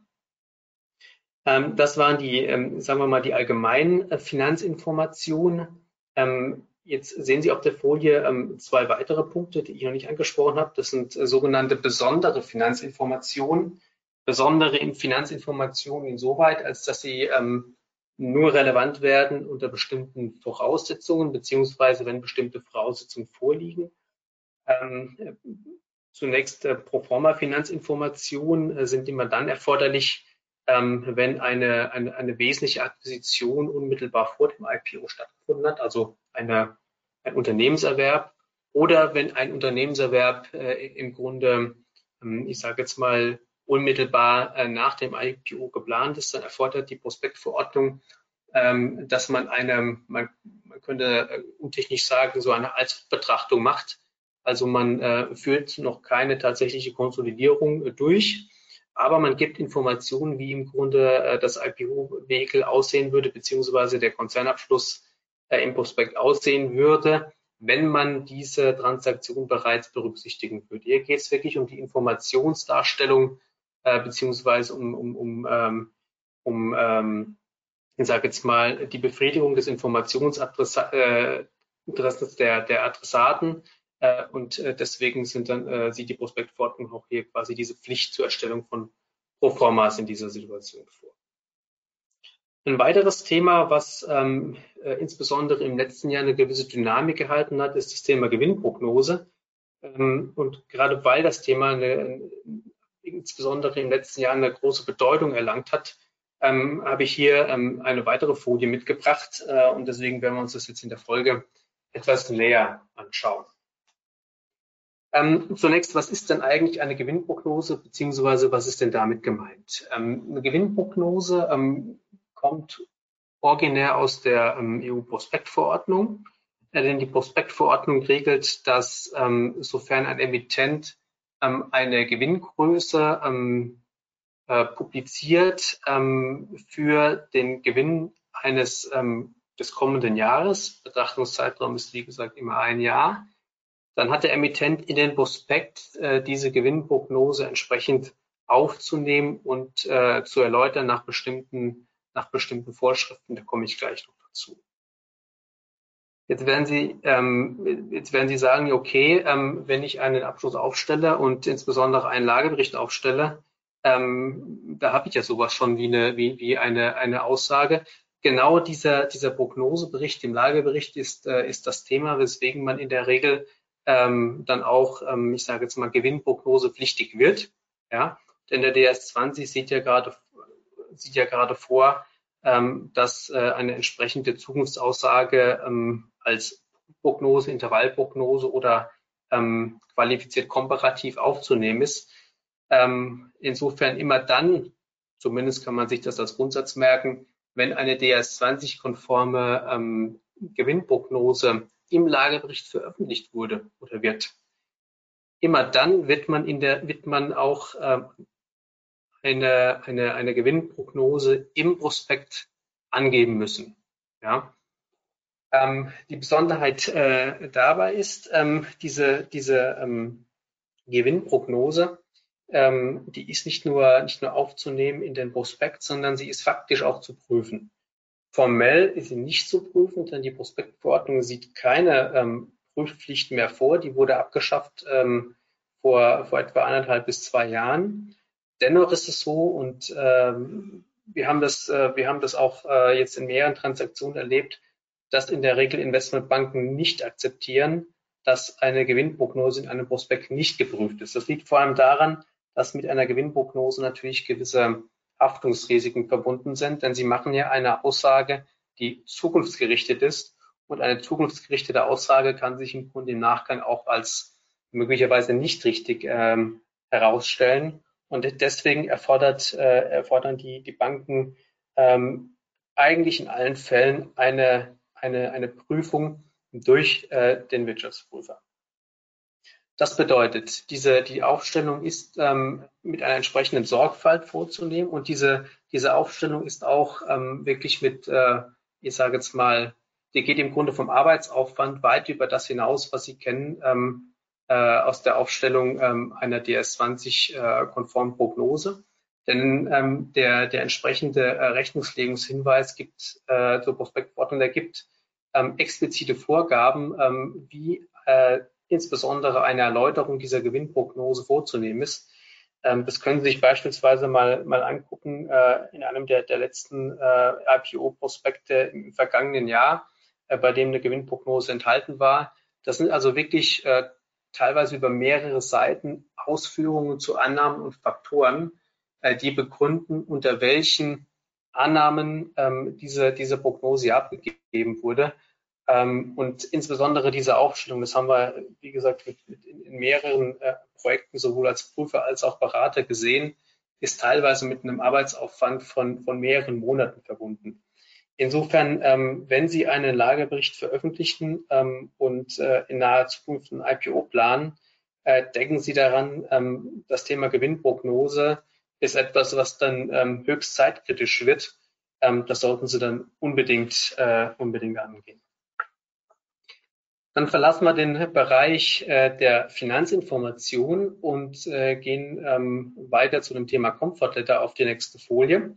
Das waren die, sagen wir mal, die allgemeinen Finanzinformationen. Jetzt sehen Sie auf der Folie zwei weitere Punkte, die ich noch nicht angesprochen habe. Das sind sogenannte besondere Finanzinformationen. Besondere Finanzinformationen insoweit, als dass sie nur relevant werden unter bestimmten Voraussetzungen, beziehungsweise wenn bestimmte Voraussetzungen vorliegen. Zunächst Proforma-Finanzinformationen sind immer dann erforderlich, wenn eine wesentliche Akquisition unmittelbar vor dem IPO stattgefunden hat, also ein Unternehmenserwerb, oder wenn ein Unternehmenserwerb im Grunde, ich sage jetzt mal, unmittelbar nach dem IPO geplant ist, dann erfordert die Prospektverordnung, dass man könnte untechnisch sagen, so eine Als-Betrachtung macht. Also man führt noch keine tatsächliche Konsolidierung durch, aber man gibt Informationen, wie im Grunde das IPO-Vehikel aussehen würde, beziehungsweise der Konzernabschluss im Prospekt aussehen würde, wenn man diese Transaktion bereits berücksichtigen würde. Hier geht es wirklich um die Informationsdarstellung, beziehungsweise ich sage jetzt mal, die Befriedigung des Informationsinteresses der Adressaten. Und deswegen sieht die Prospektverordnung auch hier quasi diese Pflicht zur Erstellung von Proformas in dieser Situation vor. Ein weiteres Thema, was insbesondere im letzten Jahr eine gewisse Dynamik gehalten hat, ist das Thema Gewinnprognose. Und gerade weil das Thema insbesondere im letzten Jahr eine große Bedeutung erlangt hat, habe ich hier eine weitere Folie mitgebracht. Und deswegen werden wir uns das jetzt in der Folge etwas näher anschauen. Zunächst, was ist denn eigentlich eine Gewinnprognose, beziehungsweise was ist denn damit gemeint? Eine Gewinnprognose kommt originär aus der EU-Prospektverordnung, denn die Prospektverordnung regelt, dass sofern ein Emittent eine Gewinngröße publiziert für den Gewinn des kommenden Jahres, Betrachtungszeitraum ist wie gesagt immer ein Jahr, dann hat der Emittent in den Prospekt diese Gewinnprognose entsprechend aufzunehmen und zu erläutern nach bestimmten Vorschriften. Da komme ich gleich noch dazu. Jetzt werden Sie sagen, okay, wenn ich einen Abschluss aufstelle und insbesondere einen Lagebericht aufstelle, da habe ich ja sowas schon wie eine Aussage. Genau dieser Prognosebericht im Lagebericht ist das Thema, weswegen man in der Regel dann auch, ich sage jetzt mal, Gewinnprognosepflichtig wird. Ja, denn der DS 20 sieht ja gerade vor, dass eine entsprechende Zukunftsaussage als Prognose, Intervallprognose oder qualifiziert komparativ aufzunehmen ist. Insofern immer dann, zumindest kann man sich das als Grundsatz merken, wenn eine DS20-konforme Gewinnprognose im Lagebericht veröffentlicht wurde oder wird, immer dann wird man auch eine Gewinnprognose im Prospekt angeben müssen. Ja. Die Besonderheit dabei ist, diese Gewinnprognose, die ist nicht nur aufzunehmen in den Prospekt, sondern sie ist faktisch auch zu prüfen. Formell ist sie nicht zu prüfen, denn die Prospektverordnung sieht keine Prüfpflicht mehr vor. Die wurde abgeschafft vor etwa 1,5 bis 2 Jahren. Dennoch ist es so, und wir haben das auch jetzt in mehreren Transaktionen erlebt, dass in der Regel Investmentbanken nicht akzeptieren, dass eine Gewinnprognose in einem Prospekt nicht geprüft ist. Das liegt vor allem daran, dass mit einer Gewinnprognose natürlich gewisse Haftungsrisiken verbunden sind, denn sie machen ja eine Aussage, die zukunftsgerichtet ist, und eine zukunftsgerichtete Aussage kann sich im Grunde im Nachgang auch als möglicherweise nicht richtig herausstellen, und deswegen erfordern die Banken eigentlich in allen Fällen eine Prüfung durch den Wirtschaftsprüfer. Das bedeutet, die Aufstellung ist mit einer entsprechenden Sorgfalt vorzunehmen, und diese Aufstellung ist auch wirklich mit, ich sage jetzt mal, die geht im Grunde vom Arbeitsaufwand weit über das hinaus, was Sie kennen aus der Aufstellung einer DS20-konformen Prognose. Denn der entsprechende Rechnungslegungshinweis gibt zur Prospektverordnung, der gibt explizite Vorgaben, wie insbesondere eine Erläuterung dieser Gewinnprognose vorzunehmen ist. Das können Sie sich beispielsweise mal angucken in einem der letzten IPO-Prospekte im vergangenen Jahr, bei dem eine Gewinnprognose enthalten war. Das sind also wirklich teilweise über mehrere Seiten Ausführungen zu Annahmen und Faktoren, die begründen, unter welchen Annahmen diese Prognose abgegeben wurde. Und insbesondere diese Aufstellung, das haben wir, wie gesagt, in mehreren Projekten sowohl als Prüfer als auch Berater gesehen, ist teilweise mit einem Arbeitsaufwand von mehreren Monaten verbunden. Insofern, wenn Sie einen Lagerbericht veröffentlichen und in naher Zukunft ein IPO planen, denken Sie daran, das Thema Gewinnprognose ist etwas, was dann höchst zeitkritisch wird. Das sollten Sie dann unbedingt angehen. Dann verlassen wir den Bereich der Finanzinformation und gehen weiter zu dem Thema Comfort Letter auf die nächste Folie.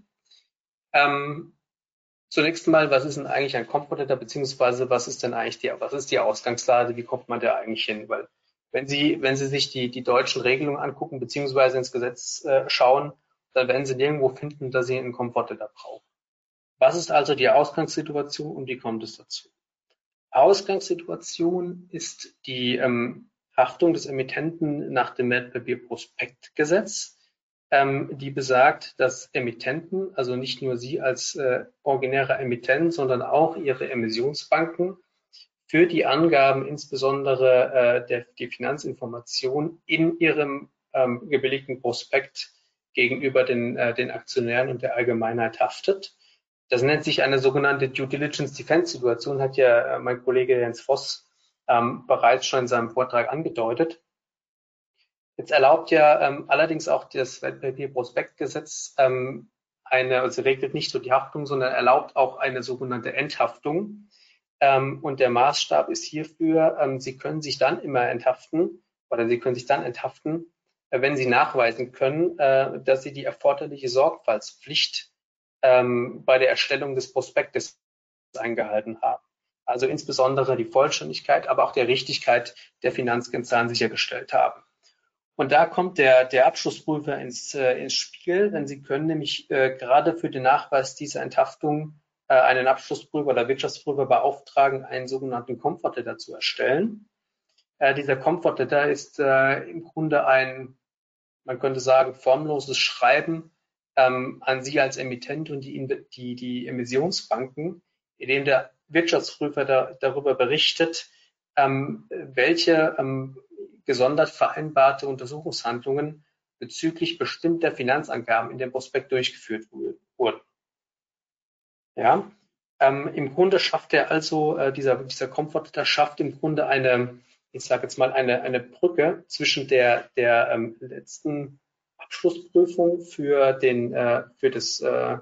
Zunächst mal, was ist denn eigentlich ein Comfort Letter, beziehungsweise was ist die Ausgangslage, wie kommt man da eigentlich hin? Weil wenn Sie sich die deutschen Regelungen angucken, beziehungsweise ins Gesetz schauen, dann werden Sie nirgendwo finden, dass Sie einen Comfort Letter brauchen. Was ist also die Ausgangssituation und wie kommt es dazu? Ausgangssituation ist die Haftung des Emittenten nach dem Wertpapierprospektgesetz, die besagt, dass Emittenten, also nicht nur Sie als originärer Emittent, sondern auch Ihre Emissionsbanken, für die Angaben, insbesondere die Finanzinformation in Ihrem gebilligten Prospekt gegenüber den Aktionären und der Allgemeinheit haftet. Das nennt sich eine sogenannte Due Diligence Defense Situation, hat ja mein Kollege Jens Voss bereits schon in seinem Vortrag angedeutet. Jetzt erlaubt ja allerdings auch das Wertpapierprospektgesetz also regelt nicht so die Haftung, sondern erlaubt auch eine sogenannte Enthaftung. Und der Maßstab ist hierfür, Sie können sich dann immer enthaften, wenn Sie nachweisen können, dass Sie die erforderliche Sorgfaltspflicht bei der Erstellung des Prospektes eingehalten haben. Also insbesondere die Vollständigkeit, aber auch der Richtigkeit der Finanzkennzahlen sichergestellt haben. Und da kommt der Abschlussprüfer ins Spiel, denn Sie können nämlich gerade für den Nachweis dieser Enthaftung einen Abschlussprüfer oder Wirtschaftsprüfer beauftragen, einen sogenannten Comfort Letter zu erstellen. Dieser Comfort Letter ist im Grunde man könnte sagen, formloses Schreiben an Sie als Emittent und die Emissionsbanken, in dem der Wirtschaftsprüfer darüber berichtet, welche gesondert vereinbarte Untersuchungshandlungen bezüglich bestimmter Finanzangaben in dem Prospekt durchgeführt wurden. Ja, im Grunde schafft er also, dieser Comfort-Letter schafft im Grunde eine, ich sage jetzt mal, eine Brücke zwischen der letzten Abschlussprüfung für das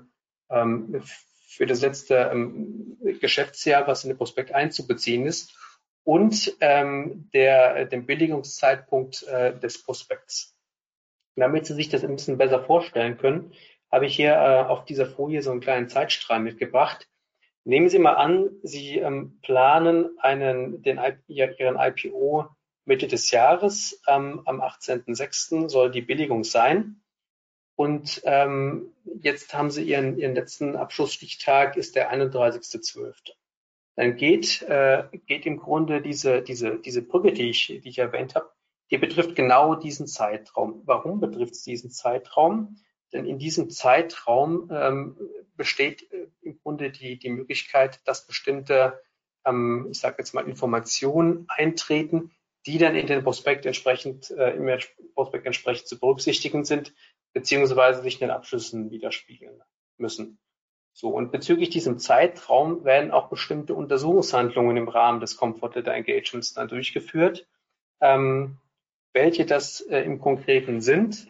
letzte Geschäftsjahr, was in den Prospekt einzubeziehen ist, und dem Billigungszeitpunkt des Prospekts. Und damit Sie sich das ein bisschen besser vorstellen können, habe ich hier auf dieser Folie so einen kleinen Zeitstrahl mitgebracht. Nehmen Sie mal an, Sie planen Ihren IPO Mitte des Jahres. Am 18.06. soll die Billigung sein. Und jetzt haben Sie Ihren letzten Abschlussstichtag, ist der 31.12. Dann geht im Grunde diese Brücke, die ich erwähnt habe, die betrifft genau diesen Zeitraum. Warum betrifft es diesen Zeitraum? Denn in diesem Zeitraum besteht im Grunde die Möglichkeit, dass bestimmte, ich sage jetzt mal, Informationen eintreten, die dann in den Prospekt entsprechend zu berücksichtigen sind, beziehungsweise sich in den Abschlüssen widerspiegeln müssen. So, und bezüglich diesem Zeitraum werden auch bestimmte Untersuchungshandlungen im Rahmen des Comfort Letter Engagements dann durchgeführt. Welche das im Konkreten sind,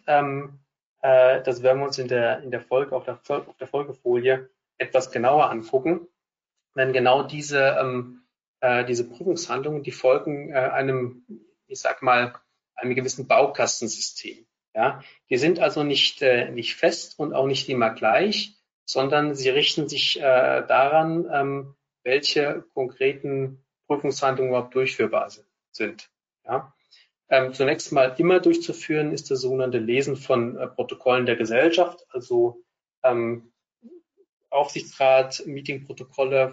das werden wir uns in der Folge, auf der Folgefolie etwas genauer angucken. Denn genau diese Prüfungshandlungen, die folgen einem gewissen Baukastensystem. Ja? Die sind also nicht fest und auch nicht immer gleich, sondern sie richten sich daran, welche konkreten Prüfungshandlungen überhaupt durchführbar sind. Ja? Zunächst mal immer durchzuführen ist das sogenannte Lesen von Protokollen der Gesellschaft, also Aufsichtsrat, Meetingprotokolle,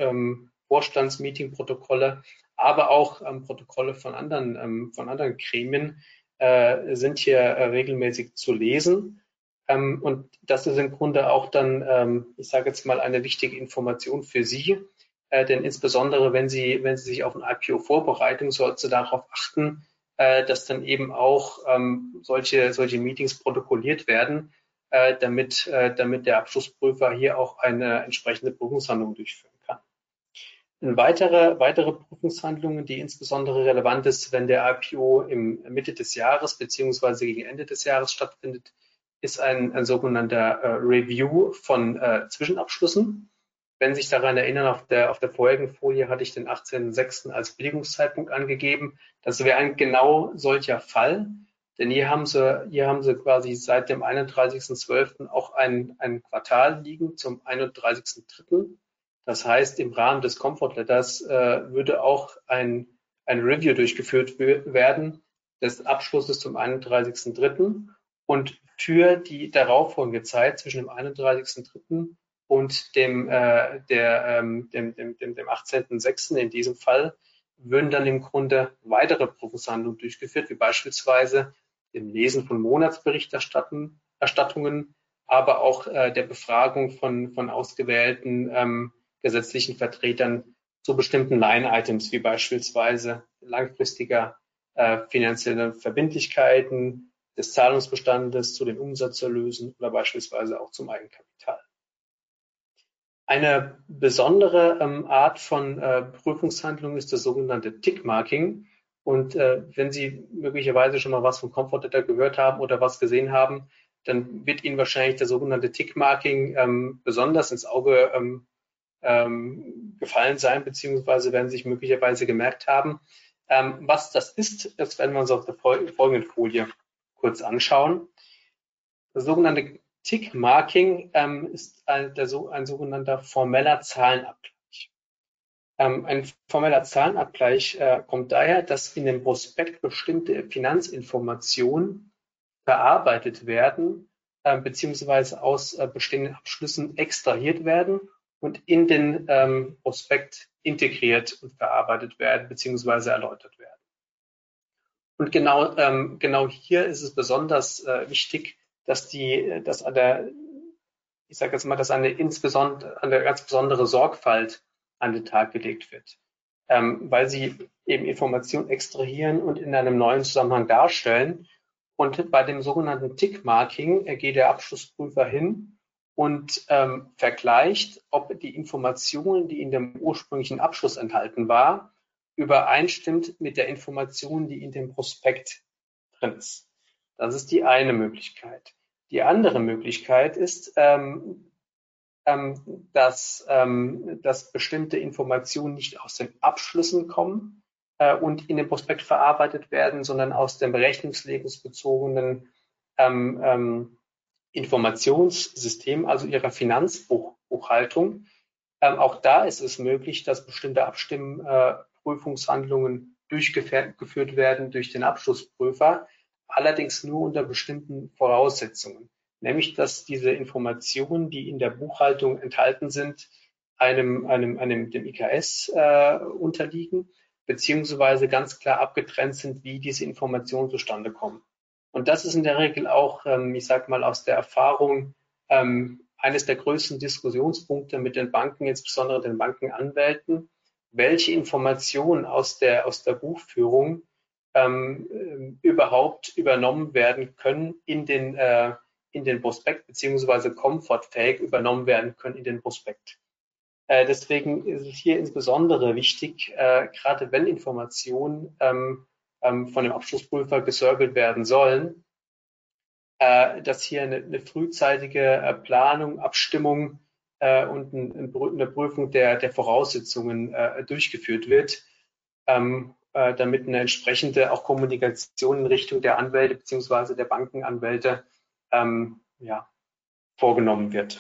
Vorstandsmeetingprotokolle, aber auch Protokolle von anderen Gremien sind hier regelmäßig zu lesen. Und das ist im Grunde auch dann, ich sage jetzt mal, eine wichtige Information für Sie, denn insbesondere wenn Sie sich auf ein IPO vorbereiten, sollten Sie darauf achten, dass dann eben auch solche Meetings protokolliert werden, damit der Abschlussprüfer hier auch eine entsprechende Prüfungshandlung durchführen kann. Weitere Prüfungshandlungen, die insbesondere relevant ist, wenn der IPO im Mitte des Jahres beziehungsweise gegen Ende des Jahres stattfindet, ist ein sogenannter Review von Zwischenabschlüssen. Wenn Sie sich daran erinnern, auf der vorherigen Folie hatte ich den 18.06. als Billigungszeitpunkt angegeben. Das wäre ein genau solcher Fall, denn hier haben Sie quasi seit dem 31.12. auch ein Quartal liegen zum 31.03. Das heißt, im Rahmen des Comfort Letters würde auch ein Review durchgeführt werden des Abschlusses zum 31.03. und für die darauffolgende Zeit zwischen dem 31.03. und dem 18.06. in diesem Fall würden dann im Grunde weitere Prüfungshandlungen durchgeführt, wie beispielsweise dem Lesen von Monatsberichterstattungen, aber auch der Befragung von ausgewählten gesetzlichen Vertretern zu bestimmten Line-Items, wie beispielsweise langfristiger finanzielle Verbindlichkeiten, des Zahlungsbestandes, zu den Umsatzerlösen oder beispielsweise auch zum Eigenkapital. Eine besondere Art von Prüfungshandlung ist das sogenannte Tick-Marking. Und wenn Sie möglicherweise schon mal was vom Comfort Letter gehört haben oder was gesehen haben, dann wird Ihnen wahrscheinlich der sogenannte Tick-Marking besonders ins Auge gefallen sein, beziehungsweise werden Sie sich möglicherweise gemerkt haben. Was das ist, das werden wir uns auf der folgenden Folie kurz anschauen. Das sogenannte Tick-Marking ist ein sogenannter formeller Zahlenabgleich. Ein formeller Zahlenabgleich kommt daher, dass in dem Prospekt bestimmte Finanzinformationen verarbeitet werden, beziehungsweise aus bestehenden Abschlüssen extrahiert werden und in den Prospekt integriert und verarbeitet werden, beziehungsweise erläutert werden. Und genau hier ist es besonders wichtig, dass eine ganz besondere Sorgfalt an den Tag gelegt wird, weil Sie eben Informationen extrahieren und in einem neuen Zusammenhang darstellen. Und bei dem sogenannten Tick-Marking geht der Abschlussprüfer hin und vergleicht, ob die Information, die in dem ursprünglichen Abschluss enthalten war, übereinstimmt mit der Information, die in dem Prospekt drin ist. Das ist die eine Möglichkeit. Die andere Möglichkeit ist, dass bestimmte Informationen nicht aus den Abschlüssen kommen und in dem Prospekt verarbeitet werden, sondern aus dem rechnungslegungsbezogenen Informationssystem, also ihrer Finanzbuchhaltung. Auch da ist es möglich, dass bestimmte Abstimmprüfungshandlungen durchgeführt werden durch den Abschlussprüfer, allerdings nur unter bestimmten Voraussetzungen. Nämlich, dass diese Informationen, die in der Buchhaltung enthalten sind, dem IKS unterliegen, beziehungsweise ganz klar abgetrennt sind, wie diese Informationen zustande kommen. Und das ist in der Regel auch, ich sage mal aus der Erfahrung, eines der größten Diskussionspunkte mit den Banken, insbesondere den Bankenanwälten, welche Informationen aus der Buchführung überhaupt übernommen werden können in den Prospekt, beziehungsweise komfortfähig übernommen werden können in den Prospekt. Deswegen ist es hier insbesondere wichtig, gerade wenn Informationen von dem Abschlussprüfer gesurveyt werden sollen, dass hier eine frühzeitige Planung, Abstimmung und eine Prüfung der Voraussetzungen durchgeführt wird, damit eine entsprechende auch Kommunikation in Richtung der Anwälte bzw. der Bankenanwälte vorgenommen wird.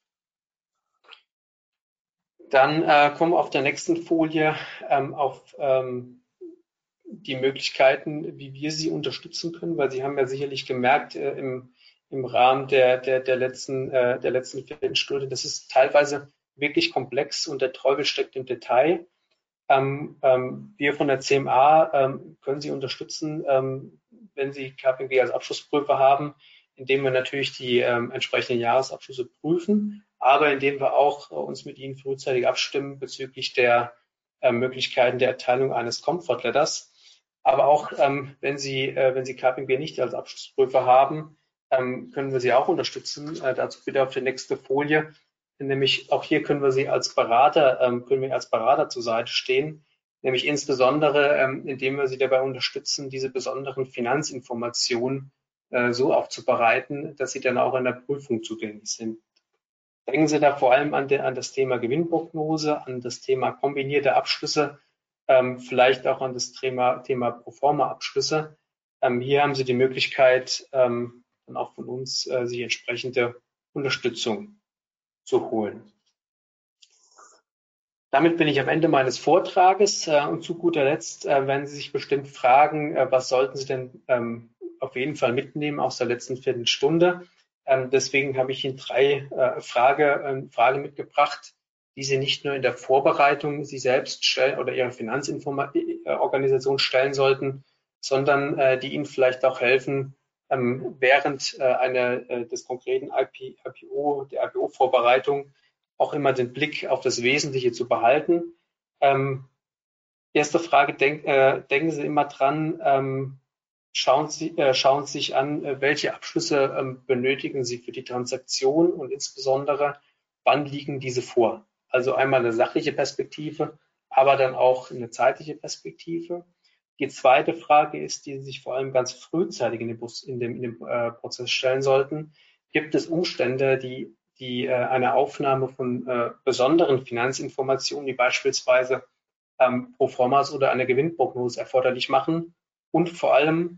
Dann kommen wir auf der nächsten Folie auf die Möglichkeiten, wie wir Sie unterstützen können, weil Sie haben ja sicherlich gemerkt im Rahmen der letzten Viertelstunde, das ist teilweise wirklich komplex und der Teufel steckt im Detail. Wir von der CMA können Sie unterstützen, wenn Sie KPMG als Abschlussprüfer haben, indem wir natürlich die entsprechenden Jahresabschlüsse prüfen, aber indem wir auch uns mit Ihnen frühzeitig abstimmen bezüglich der Möglichkeiten der Erteilung eines Comfort Letters. Aber auch wenn Sie KPMG nicht als Abschlussprüfer haben, können wir Sie auch unterstützen. Dazu bitte auf die nächste Folie. Nämlich auch hier können wir Sie als Berater zur Seite stehen, nämlich insbesondere, indem wir Sie dabei unterstützen, diese besonderen Finanzinformationen so aufzubereiten, dass sie dann auch in der Prüfung zugänglich sind. Denken Sie da vor allem an das Thema Gewinnprognose, an das Thema kombinierte Abschlüsse, vielleicht auch an das Thema Proforma-Abschlüsse. Hier haben Sie die Möglichkeit, dann auch von uns sich entsprechende Unterstützung zu holen. Damit bin ich am Ende meines Vortrages und zu guter Letzt werden Sie sich bestimmt fragen, was sollten Sie denn auf jeden Fall mitnehmen aus der letzten Viertelstunde. Deswegen habe ich Ihnen 3 Fragen mitgebracht, die Sie nicht nur in der Vorbereitung Sie selbst stellen oder Ihre Finanzorganisation stellen sollten, sondern die Ihnen vielleicht auch helfen, während des konkreten der IPO-Vorbereitung auch immer den Blick auf das Wesentliche zu behalten. Erste Frage, denken Sie immer dran, schauen Sie sich an, welche Abschlüsse benötigen Sie für die Transaktion und insbesondere, wann liegen diese vor? Also einmal eine sachliche Perspektive, aber dann auch eine zeitliche Perspektive. Die zweite Frage ist, die Sie sich vor allem ganz frühzeitig in dem Prozess stellen sollten. Gibt es Umstände, die eine Aufnahme von besonderen Finanzinformationen, wie beispielsweise Proformas oder eine Gewinnprognose erforderlich machen? Und vor allem,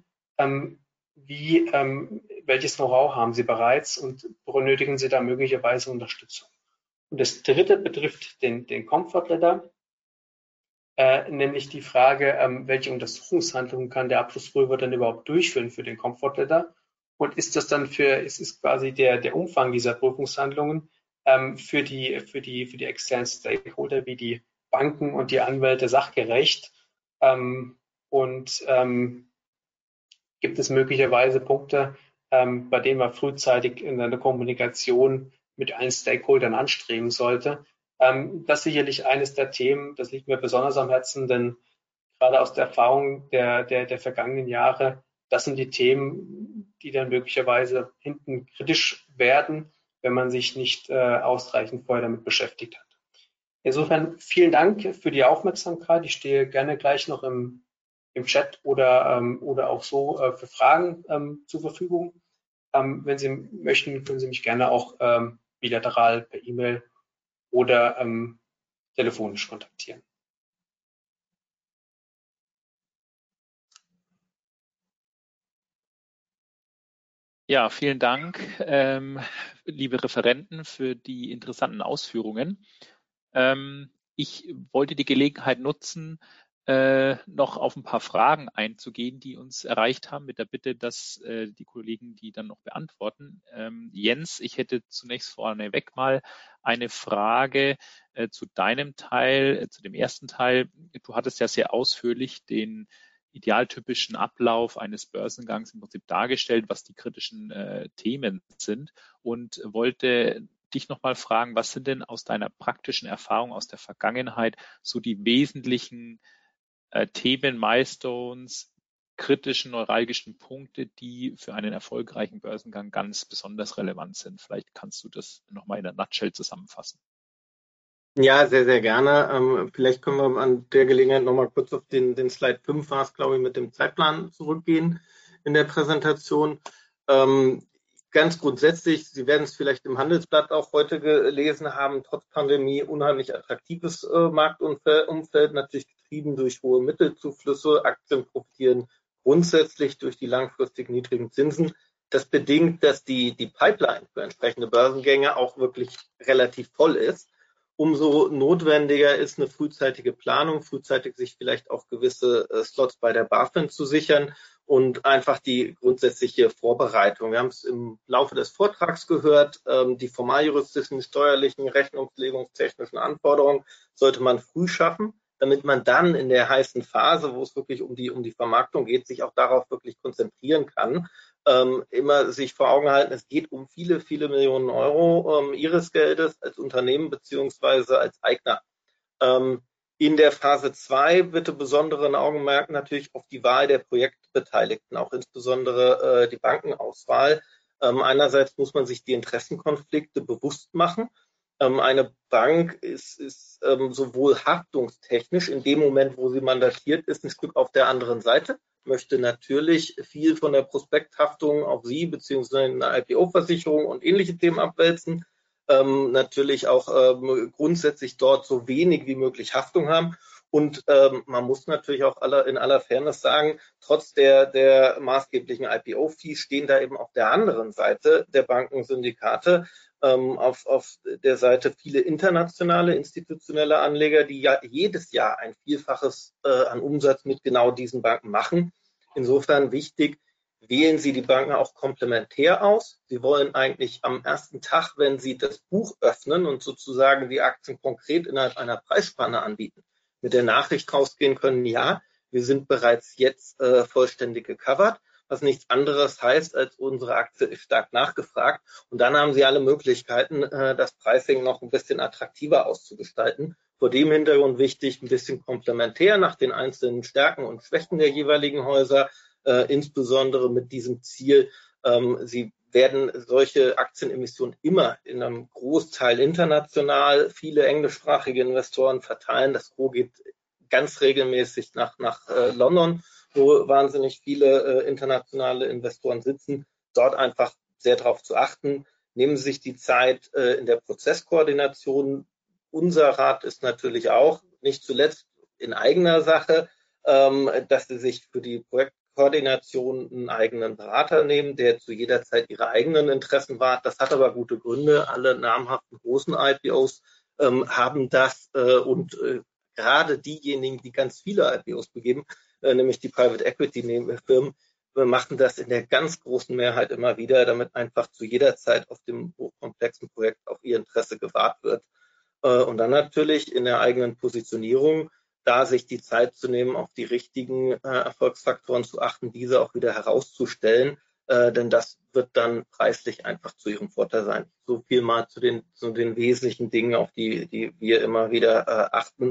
welches Know-how haben Sie bereits und benötigen Sie da möglicherweise Unterstützung? Und das dritte betrifft den Comfort Letter, nämlich die Frage, welche Untersuchungshandlungen kann der Abschlussprüfer denn überhaupt durchführen für den Comfort Letter? Und ist das dann ist quasi der Umfang dieser Prüfungshandlungen für die externen Stakeholder wie die Banken und die Anwälte sachgerecht? Gibt es möglicherweise Punkte, bei denen man frühzeitig in einer Kommunikation mit allen Stakeholdern anstreben sollte? Das ist sicherlich eines der Themen, das liegt mir besonders am Herzen, denn gerade aus der Erfahrung der vergangenen Jahre das sind die Themen, die dann möglicherweise hinten kritisch werden, wenn man sich nicht ausreichend vorher damit beschäftigt hat. Insofern vielen Dank für die Aufmerksamkeit. Ich stehe gerne gleich noch im Chat oder auch so für Fragen zur Verfügung. Wenn Sie möchten, können Sie mich gerne auch bilateral per E-Mail oder telefonisch kontaktieren.
Ja, vielen Dank, liebe Referenten, für die interessanten Ausführungen. Ich wollte die Gelegenheit nutzen, noch auf ein paar Fragen einzugehen, die uns erreicht haben, mit der Bitte, dass die Kollegen die dann noch beantworten. Jens, ich hätte zunächst vorneweg mal eine Frage zu deinem Teil, zu dem ersten Teil. Du hattest ja sehr ausführlich den idealtypischen Ablauf eines Börsengangs im Prinzip dargestellt, was die kritischen Themen sind, und wollte dich nochmal fragen, was sind denn aus deiner praktischen Erfahrung aus der Vergangenheit so die wesentlichen Themen, Milestones, kritischen, neuralgischen Punkte, die für einen erfolgreichen Börsengang ganz besonders relevant sind? Vielleicht kannst du das nochmal in einer Nutshell zusammenfassen.
Ja, sehr, sehr gerne. Vielleicht können wir an der Gelegenheit nochmal kurz auf den Slide 5 war es, glaube ich, mit dem Zeitplan zurückgehen in der Präsentation. Ganz grundsätzlich, Sie werden es vielleicht im Handelsblatt auch heute gelesen haben, trotz Pandemie unheimlich attraktives Marktumfeld, natürlich getrieben durch hohe Mittelzuflüsse. Aktien profitieren grundsätzlich durch die langfristig niedrigen Zinsen. Das bedingt, dass die Pipeline für entsprechende Börsengänge auch wirklich relativ voll ist. Umso notwendiger ist eine frühzeitige Planung, frühzeitig sich vielleicht auch gewisse Slots bei der BaFin zu sichern und einfach die grundsätzliche Vorbereitung. Wir haben es im Laufe des Vortrags gehört, die formaljuristischen, steuerlichen, rechnungslegungstechnischen Anforderungen sollte man früh schaffen, damit man dann in der heißen Phase, wo es wirklich um die Vermarktung geht, sich auch darauf wirklich konzentrieren kann. Immer sich vor Augen halten, es geht um viele, viele Millionen Euro Ihres Geldes als Unternehmen beziehungsweise als Eigner. In der Phase 2 bitte besonderen Augenmerk natürlich auf die Wahl der Projektbeteiligten, auch insbesondere die Bankenauswahl. Einerseits muss man sich die Interessenkonflikte bewusst machen. Eine Bank ist sowohl haftungstechnisch in dem Moment, wo sie mandatiert ist, ein Stück auf der anderen Seite, möchte natürlich viel von der Prospekthaftung auf Sie beziehungsweise eine IPO-Versicherung und ähnliche Themen abwälzen. Natürlich auch grundsätzlich dort so wenig wie möglich Haftung haben. Und man muss natürlich auch in aller Fairness sagen, trotz der maßgeblichen IPO-Fees stehen da eben auf der anderen Seite der Bankensyndikate auf der Seite viele internationale, institutionelle Anleger, die ja jedes Jahr ein Vielfaches an Umsatz mit genau diesen Banken machen. Insofern wichtig, wählen Sie die Banken auch komplementär aus. Sie wollen eigentlich am ersten Tag, wenn Sie das Buch öffnen und sozusagen die Aktien konkret innerhalb einer Preisspanne anbieten, mit der Nachricht rausgehen können, ja, wir sind bereits jetzt vollständig gecovert, was nichts anderes heißt, als unsere Aktie ist stark nachgefragt. Und dann haben Sie alle Möglichkeiten, das Pricing noch ein bisschen attraktiver auszugestalten. Vor dem Hintergrund wichtig, ein bisschen komplementär nach den einzelnen Stärken und Schwächen der jeweiligen Häuser, insbesondere mit diesem Ziel, Sie werden solche Aktienemissionen immer in einem Großteil international, viele englischsprachige Investoren verteilen. Das Gros geht ganz regelmäßig nach London, wo wahnsinnig viele internationale Investoren sitzen. Dort einfach sehr darauf zu achten. Nehmen Sie sich die Zeit in der Prozesskoordination. Unser Rat ist natürlich auch, nicht zuletzt in eigener Sache, dass Sie sich für die Projektkoordination einen eigenen Berater nehmen, der zu jeder Zeit Ihre eigenen Interessen wahrt. Das hat aber gute Gründe. Alle namhaften großen IPOs haben das und gerade diejenigen, die ganz viele IPOs begeben, nämlich die Private Equity Firmen, machen das in der ganz großen Mehrheit immer wieder, damit einfach zu jeder Zeit auf dem hochkomplexen Projekt auf ihr Interesse gewahrt wird. Und dann natürlich in der eigenen Positionierung, da sich die Zeit zu nehmen, auf die richtigen Erfolgsfaktoren zu achten, diese auch wieder herauszustellen, denn das wird dann preislich einfach zu ihrem Vorteil sein. So viel mal zu den wesentlichen Dingen, auf die wir immer wieder achten.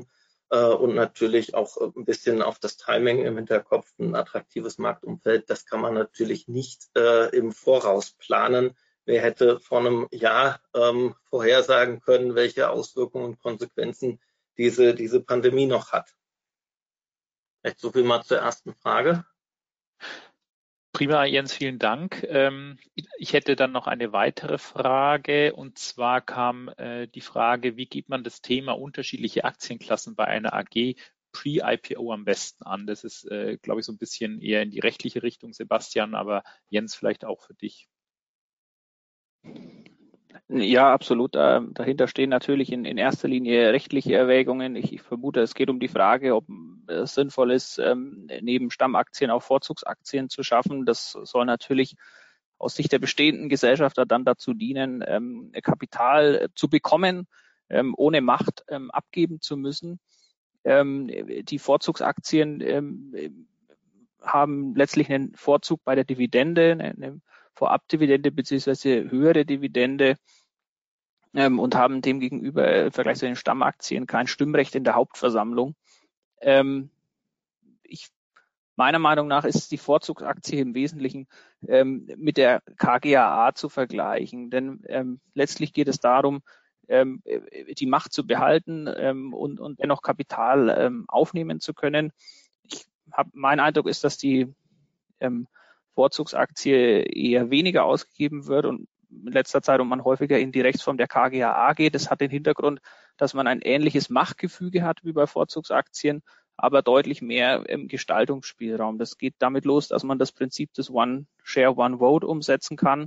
und natürlich auch ein bisschen auf das Timing im Hinterkopf, ein attraktives Marktumfeld. Das kann man natürlich nicht im Voraus planen. Wer hätte vor einem Jahr vorhersagen können, welche Auswirkungen und Konsequenzen diese Pandemie noch hat? Vielleicht so viel mal zur ersten Frage.
Prima, Jens, vielen Dank. Ich hätte dann noch eine weitere Frage, und zwar kam die Frage, wie geht man das Thema unterschiedliche Aktienklassen bei einer AG Pre-IPO am besten an? Das ist, glaube ich, so ein bisschen eher in die rechtliche Richtung, Sebastian, aber Jens, vielleicht auch für dich.
Ja, absolut. Dahinter stehen natürlich in erster Linie rechtliche Erwägungen. Ich vermute, es geht um die Frage, ob es sinnvoll ist, neben Stammaktien auch Vorzugsaktien zu schaffen. Das soll natürlich aus Sicht der bestehenden Gesellschafter dann dazu dienen, Kapital zu bekommen, ohne Macht abgeben zu müssen. Die Vorzugsaktien haben letztlich einen Vorzug bei der Dividende, eine Vorabdividende beziehungsweise höhere Dividende, und haben demgegenüber im Vergleich zu den Stammaktien kein Stimmrecht in der Hauptversammlung. Meiner Meinung nach ist die Vorzugsaktie im Wesentlichen mit der KGaA zu vergleichen, denn letztlich geht es darum, die Macht zu behalten und dennoch Kapital aufnehmen zu können. Mein Eindruck ist, dass die Vorzugsaktie eher weniger ausgegeben wird und in letzter Zeit und man häufiger in die Rechtsform der KGaA geht. Das hat den Hintergrund, dass man ein ähnliches Machtgefüge hat wie bei Vorzugsaktien, aber deutlich mehr Gestaltungsspielraum. Das geht damit los, dass man das Prinzip des One Share, One Vote umsetzen kann.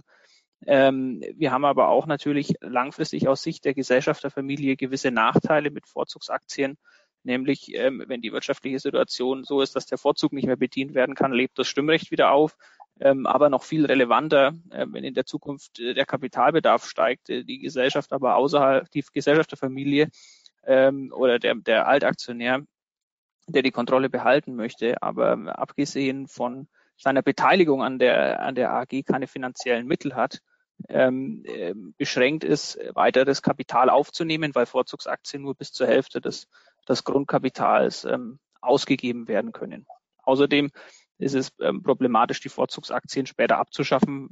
Wir haben aber auch natürlich langfristig aus Sicht der Gesellschafterfamilie gewisse Nachteile mit Vorzugsaktien. Nämlich, wenn die wirtschaftliche Situation so ist, dass der Vorzug nicht mehr bedient werden kann, lebt das Stimmrecht wieder auf. Aber noch viel relevanter, wenn in der Zukunft der Kapitalbedarf steigt, die Gesellschaft aber außerhalb, die Gesellschafterfamilie oder der Altaktionär, der die Kontrolle behalten möchte, aber abgesehen von seiner Beteiligung an der AG keine finanziellen Mittel hat, beschränkt ist, weiteres Kapital aufzunehmen, weil Vorzugsaktien nur bis zur Hälfte des Grundkapitals ausgegeben werden können. Außerdem ist es problematisch, die Vorzugsaktien später abzuschaffen,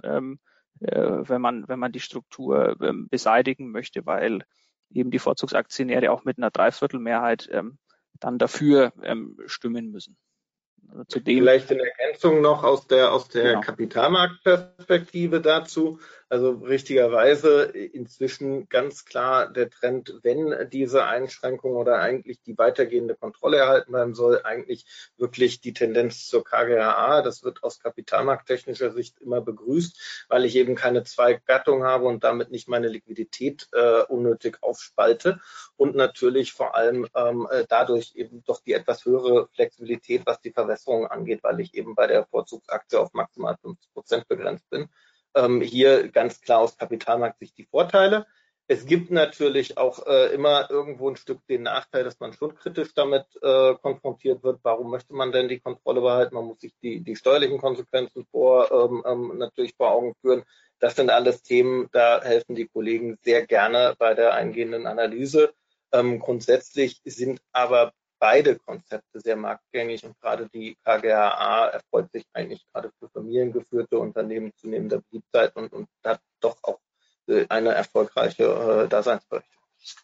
wenn man die Struktur beseitigen möchte, weil eben die Vorzugsaktionäre auch mit einer Dreiviertelmehrheit dann dafür stimmen müssen.
Zudem vielleicht in Ergänzung noch aus der
genau.
Kapitalmarktperspektive dazu. Also richtigerweise inzwischen ganz klar der Trend, wenn diese Einschränkung oder eigentlich die weitergehende Kontrolle erhalten bleiben soll, eigentlich wirklich die Tendenz zur KGaA. Das wird aus kapitalmarkttechnischer Sicht immer begrüßt, weil ich eben keine Zweigattung habe und damit nicht meine Liquidität unnötig aufspalte und natürlich vor allem dadurch eben doch die etwas höhere Flexibilität, was die Verwässerung angeht, weil ich eben bei der Vorzugsaktie auf maximal 50% begrenzt bin. Hier ganz klar aus Kapitalmarktsicht die Vorteile. Es gibt natürlich auch immer irgendwo ein Stück den Nachteil, dass man schon kritisch damit konfrontiert wird. Warum möchte man denn die Kontrolle behalten? Man muss sich die steuerlichen Konsequenzen natürlich vor Augen führen. Das sind alles Themen, da helfen die Kollegen sehr gerne bei der eingehenden Analyse. Grundsätzlich sind aber beide Konzepte sehr marktgängig und gerade die KGaA erfreut sich eigentlich gerade für familiengeführte Unternehmen zunehmender Beliebtheit und hat doch auch eine erfolgreiche Daseinsberechtigung.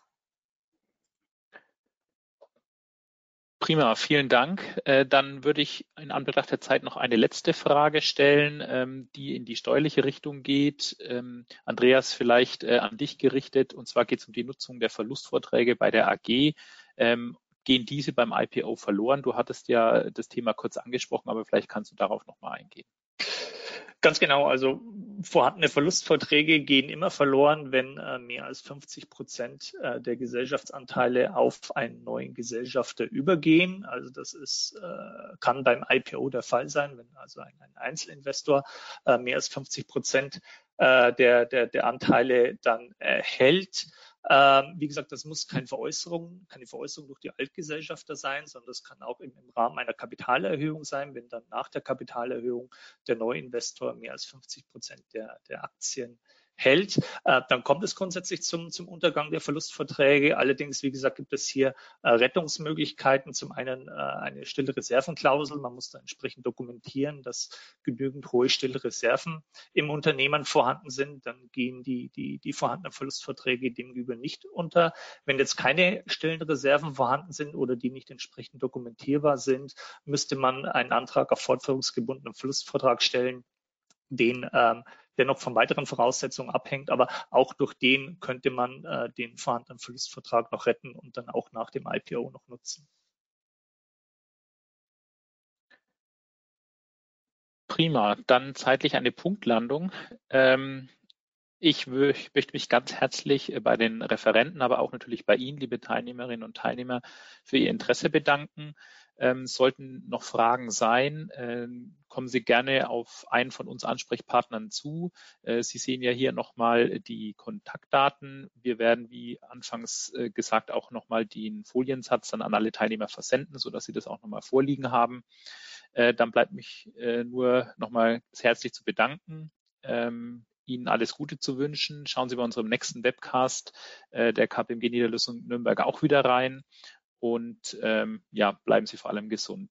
Prima, vielen Dank. Dann würde ich in Anbetracht der Zeit noch eine letzte Frage stellen, die in die steuerliche Richtung geht. Andreas, vielleicht an dich gerichtet. Und zwar geht es um die Nutzung der Verlustvorträge bei der AG. Gehen diese beim IPO verloren? Du hattest ja das Thema kurz angesprochen, aber vielleicht kannst du darauf nochmal eingehen.
Ganz genau, also vorhandene Verlustvorträge gehen immer verloren, wenn mehr als 50% der Gesellschaftsanteile auf einen neuen Gesellschafter übergehen. Also das kann beim IPO der Fall sein, wenn also ein Einzelinvestor mehr als 50% der Anteile dann erhält. Wie gesagt, das muss keine Veräußerung durch die Altgesellschafter sein, sondern das kann auch im Rahmen einer Kapitalerhöhung sein, wenn dann nach der Kapitalerhöhung der Neuinvestor mehr als 50% der Aktien hält, dann kommt es grundsätzlich zum Untergang der Verlustverträge. Allerdings, wie gesagt, gibt es hier Rettungsmöglichkeiten. Zum einen eine stille Reservenklausel. Man muss da entsprechend dokumentieren, dass genügend hohe stille Reserven im Unternehmen vorhanden sind. Dann gehen die vorhandenen Verlustverträge demgegenüber nicht unter. Wenn jetzt keine stillen Reserven vorhanden sind oder die nicht entsprechend dokumentierbar sind, müsste man einen Antrag auf fortführungsgebundenen Verlustvertrag stellen, der noch von weiteren Voraussetzungen abhängt, aber auch durch den könnte man den vorhandenen Verlustvertrag noch retten und dann auch nach dem IPO noch nutzen.
Prima, dann zeitlich eine Punktlandung. Ich möchte mich ganz herzlich bei den Referenten, aber auch natürlich bei Ihnen, liebe Teilnehmerinnen und Teilnehmer, für Ihr Interesse bedanken. Sollten noch Fragen sein, kommen Sie gerne auf einen von uns Ansprechpartnern zu. Sie sehen ja hier nochmal die Kontaktdaten. Wir werden, wie anfangs gesagt, auch nochmal den Foliensatz dann an alle Teilnehmer versenden, sodass Sie das auch nochmal vorliegen haben. Dann bleibt mich nur nochmal herzlich zu bedanken. Ihnen alles Gute zu wünschen. Schauen Sie bei unserem nächsten Webcast der KPMG Niederlassung Nürnberg auch wieder rein und bleiben Sie vor allem gesund.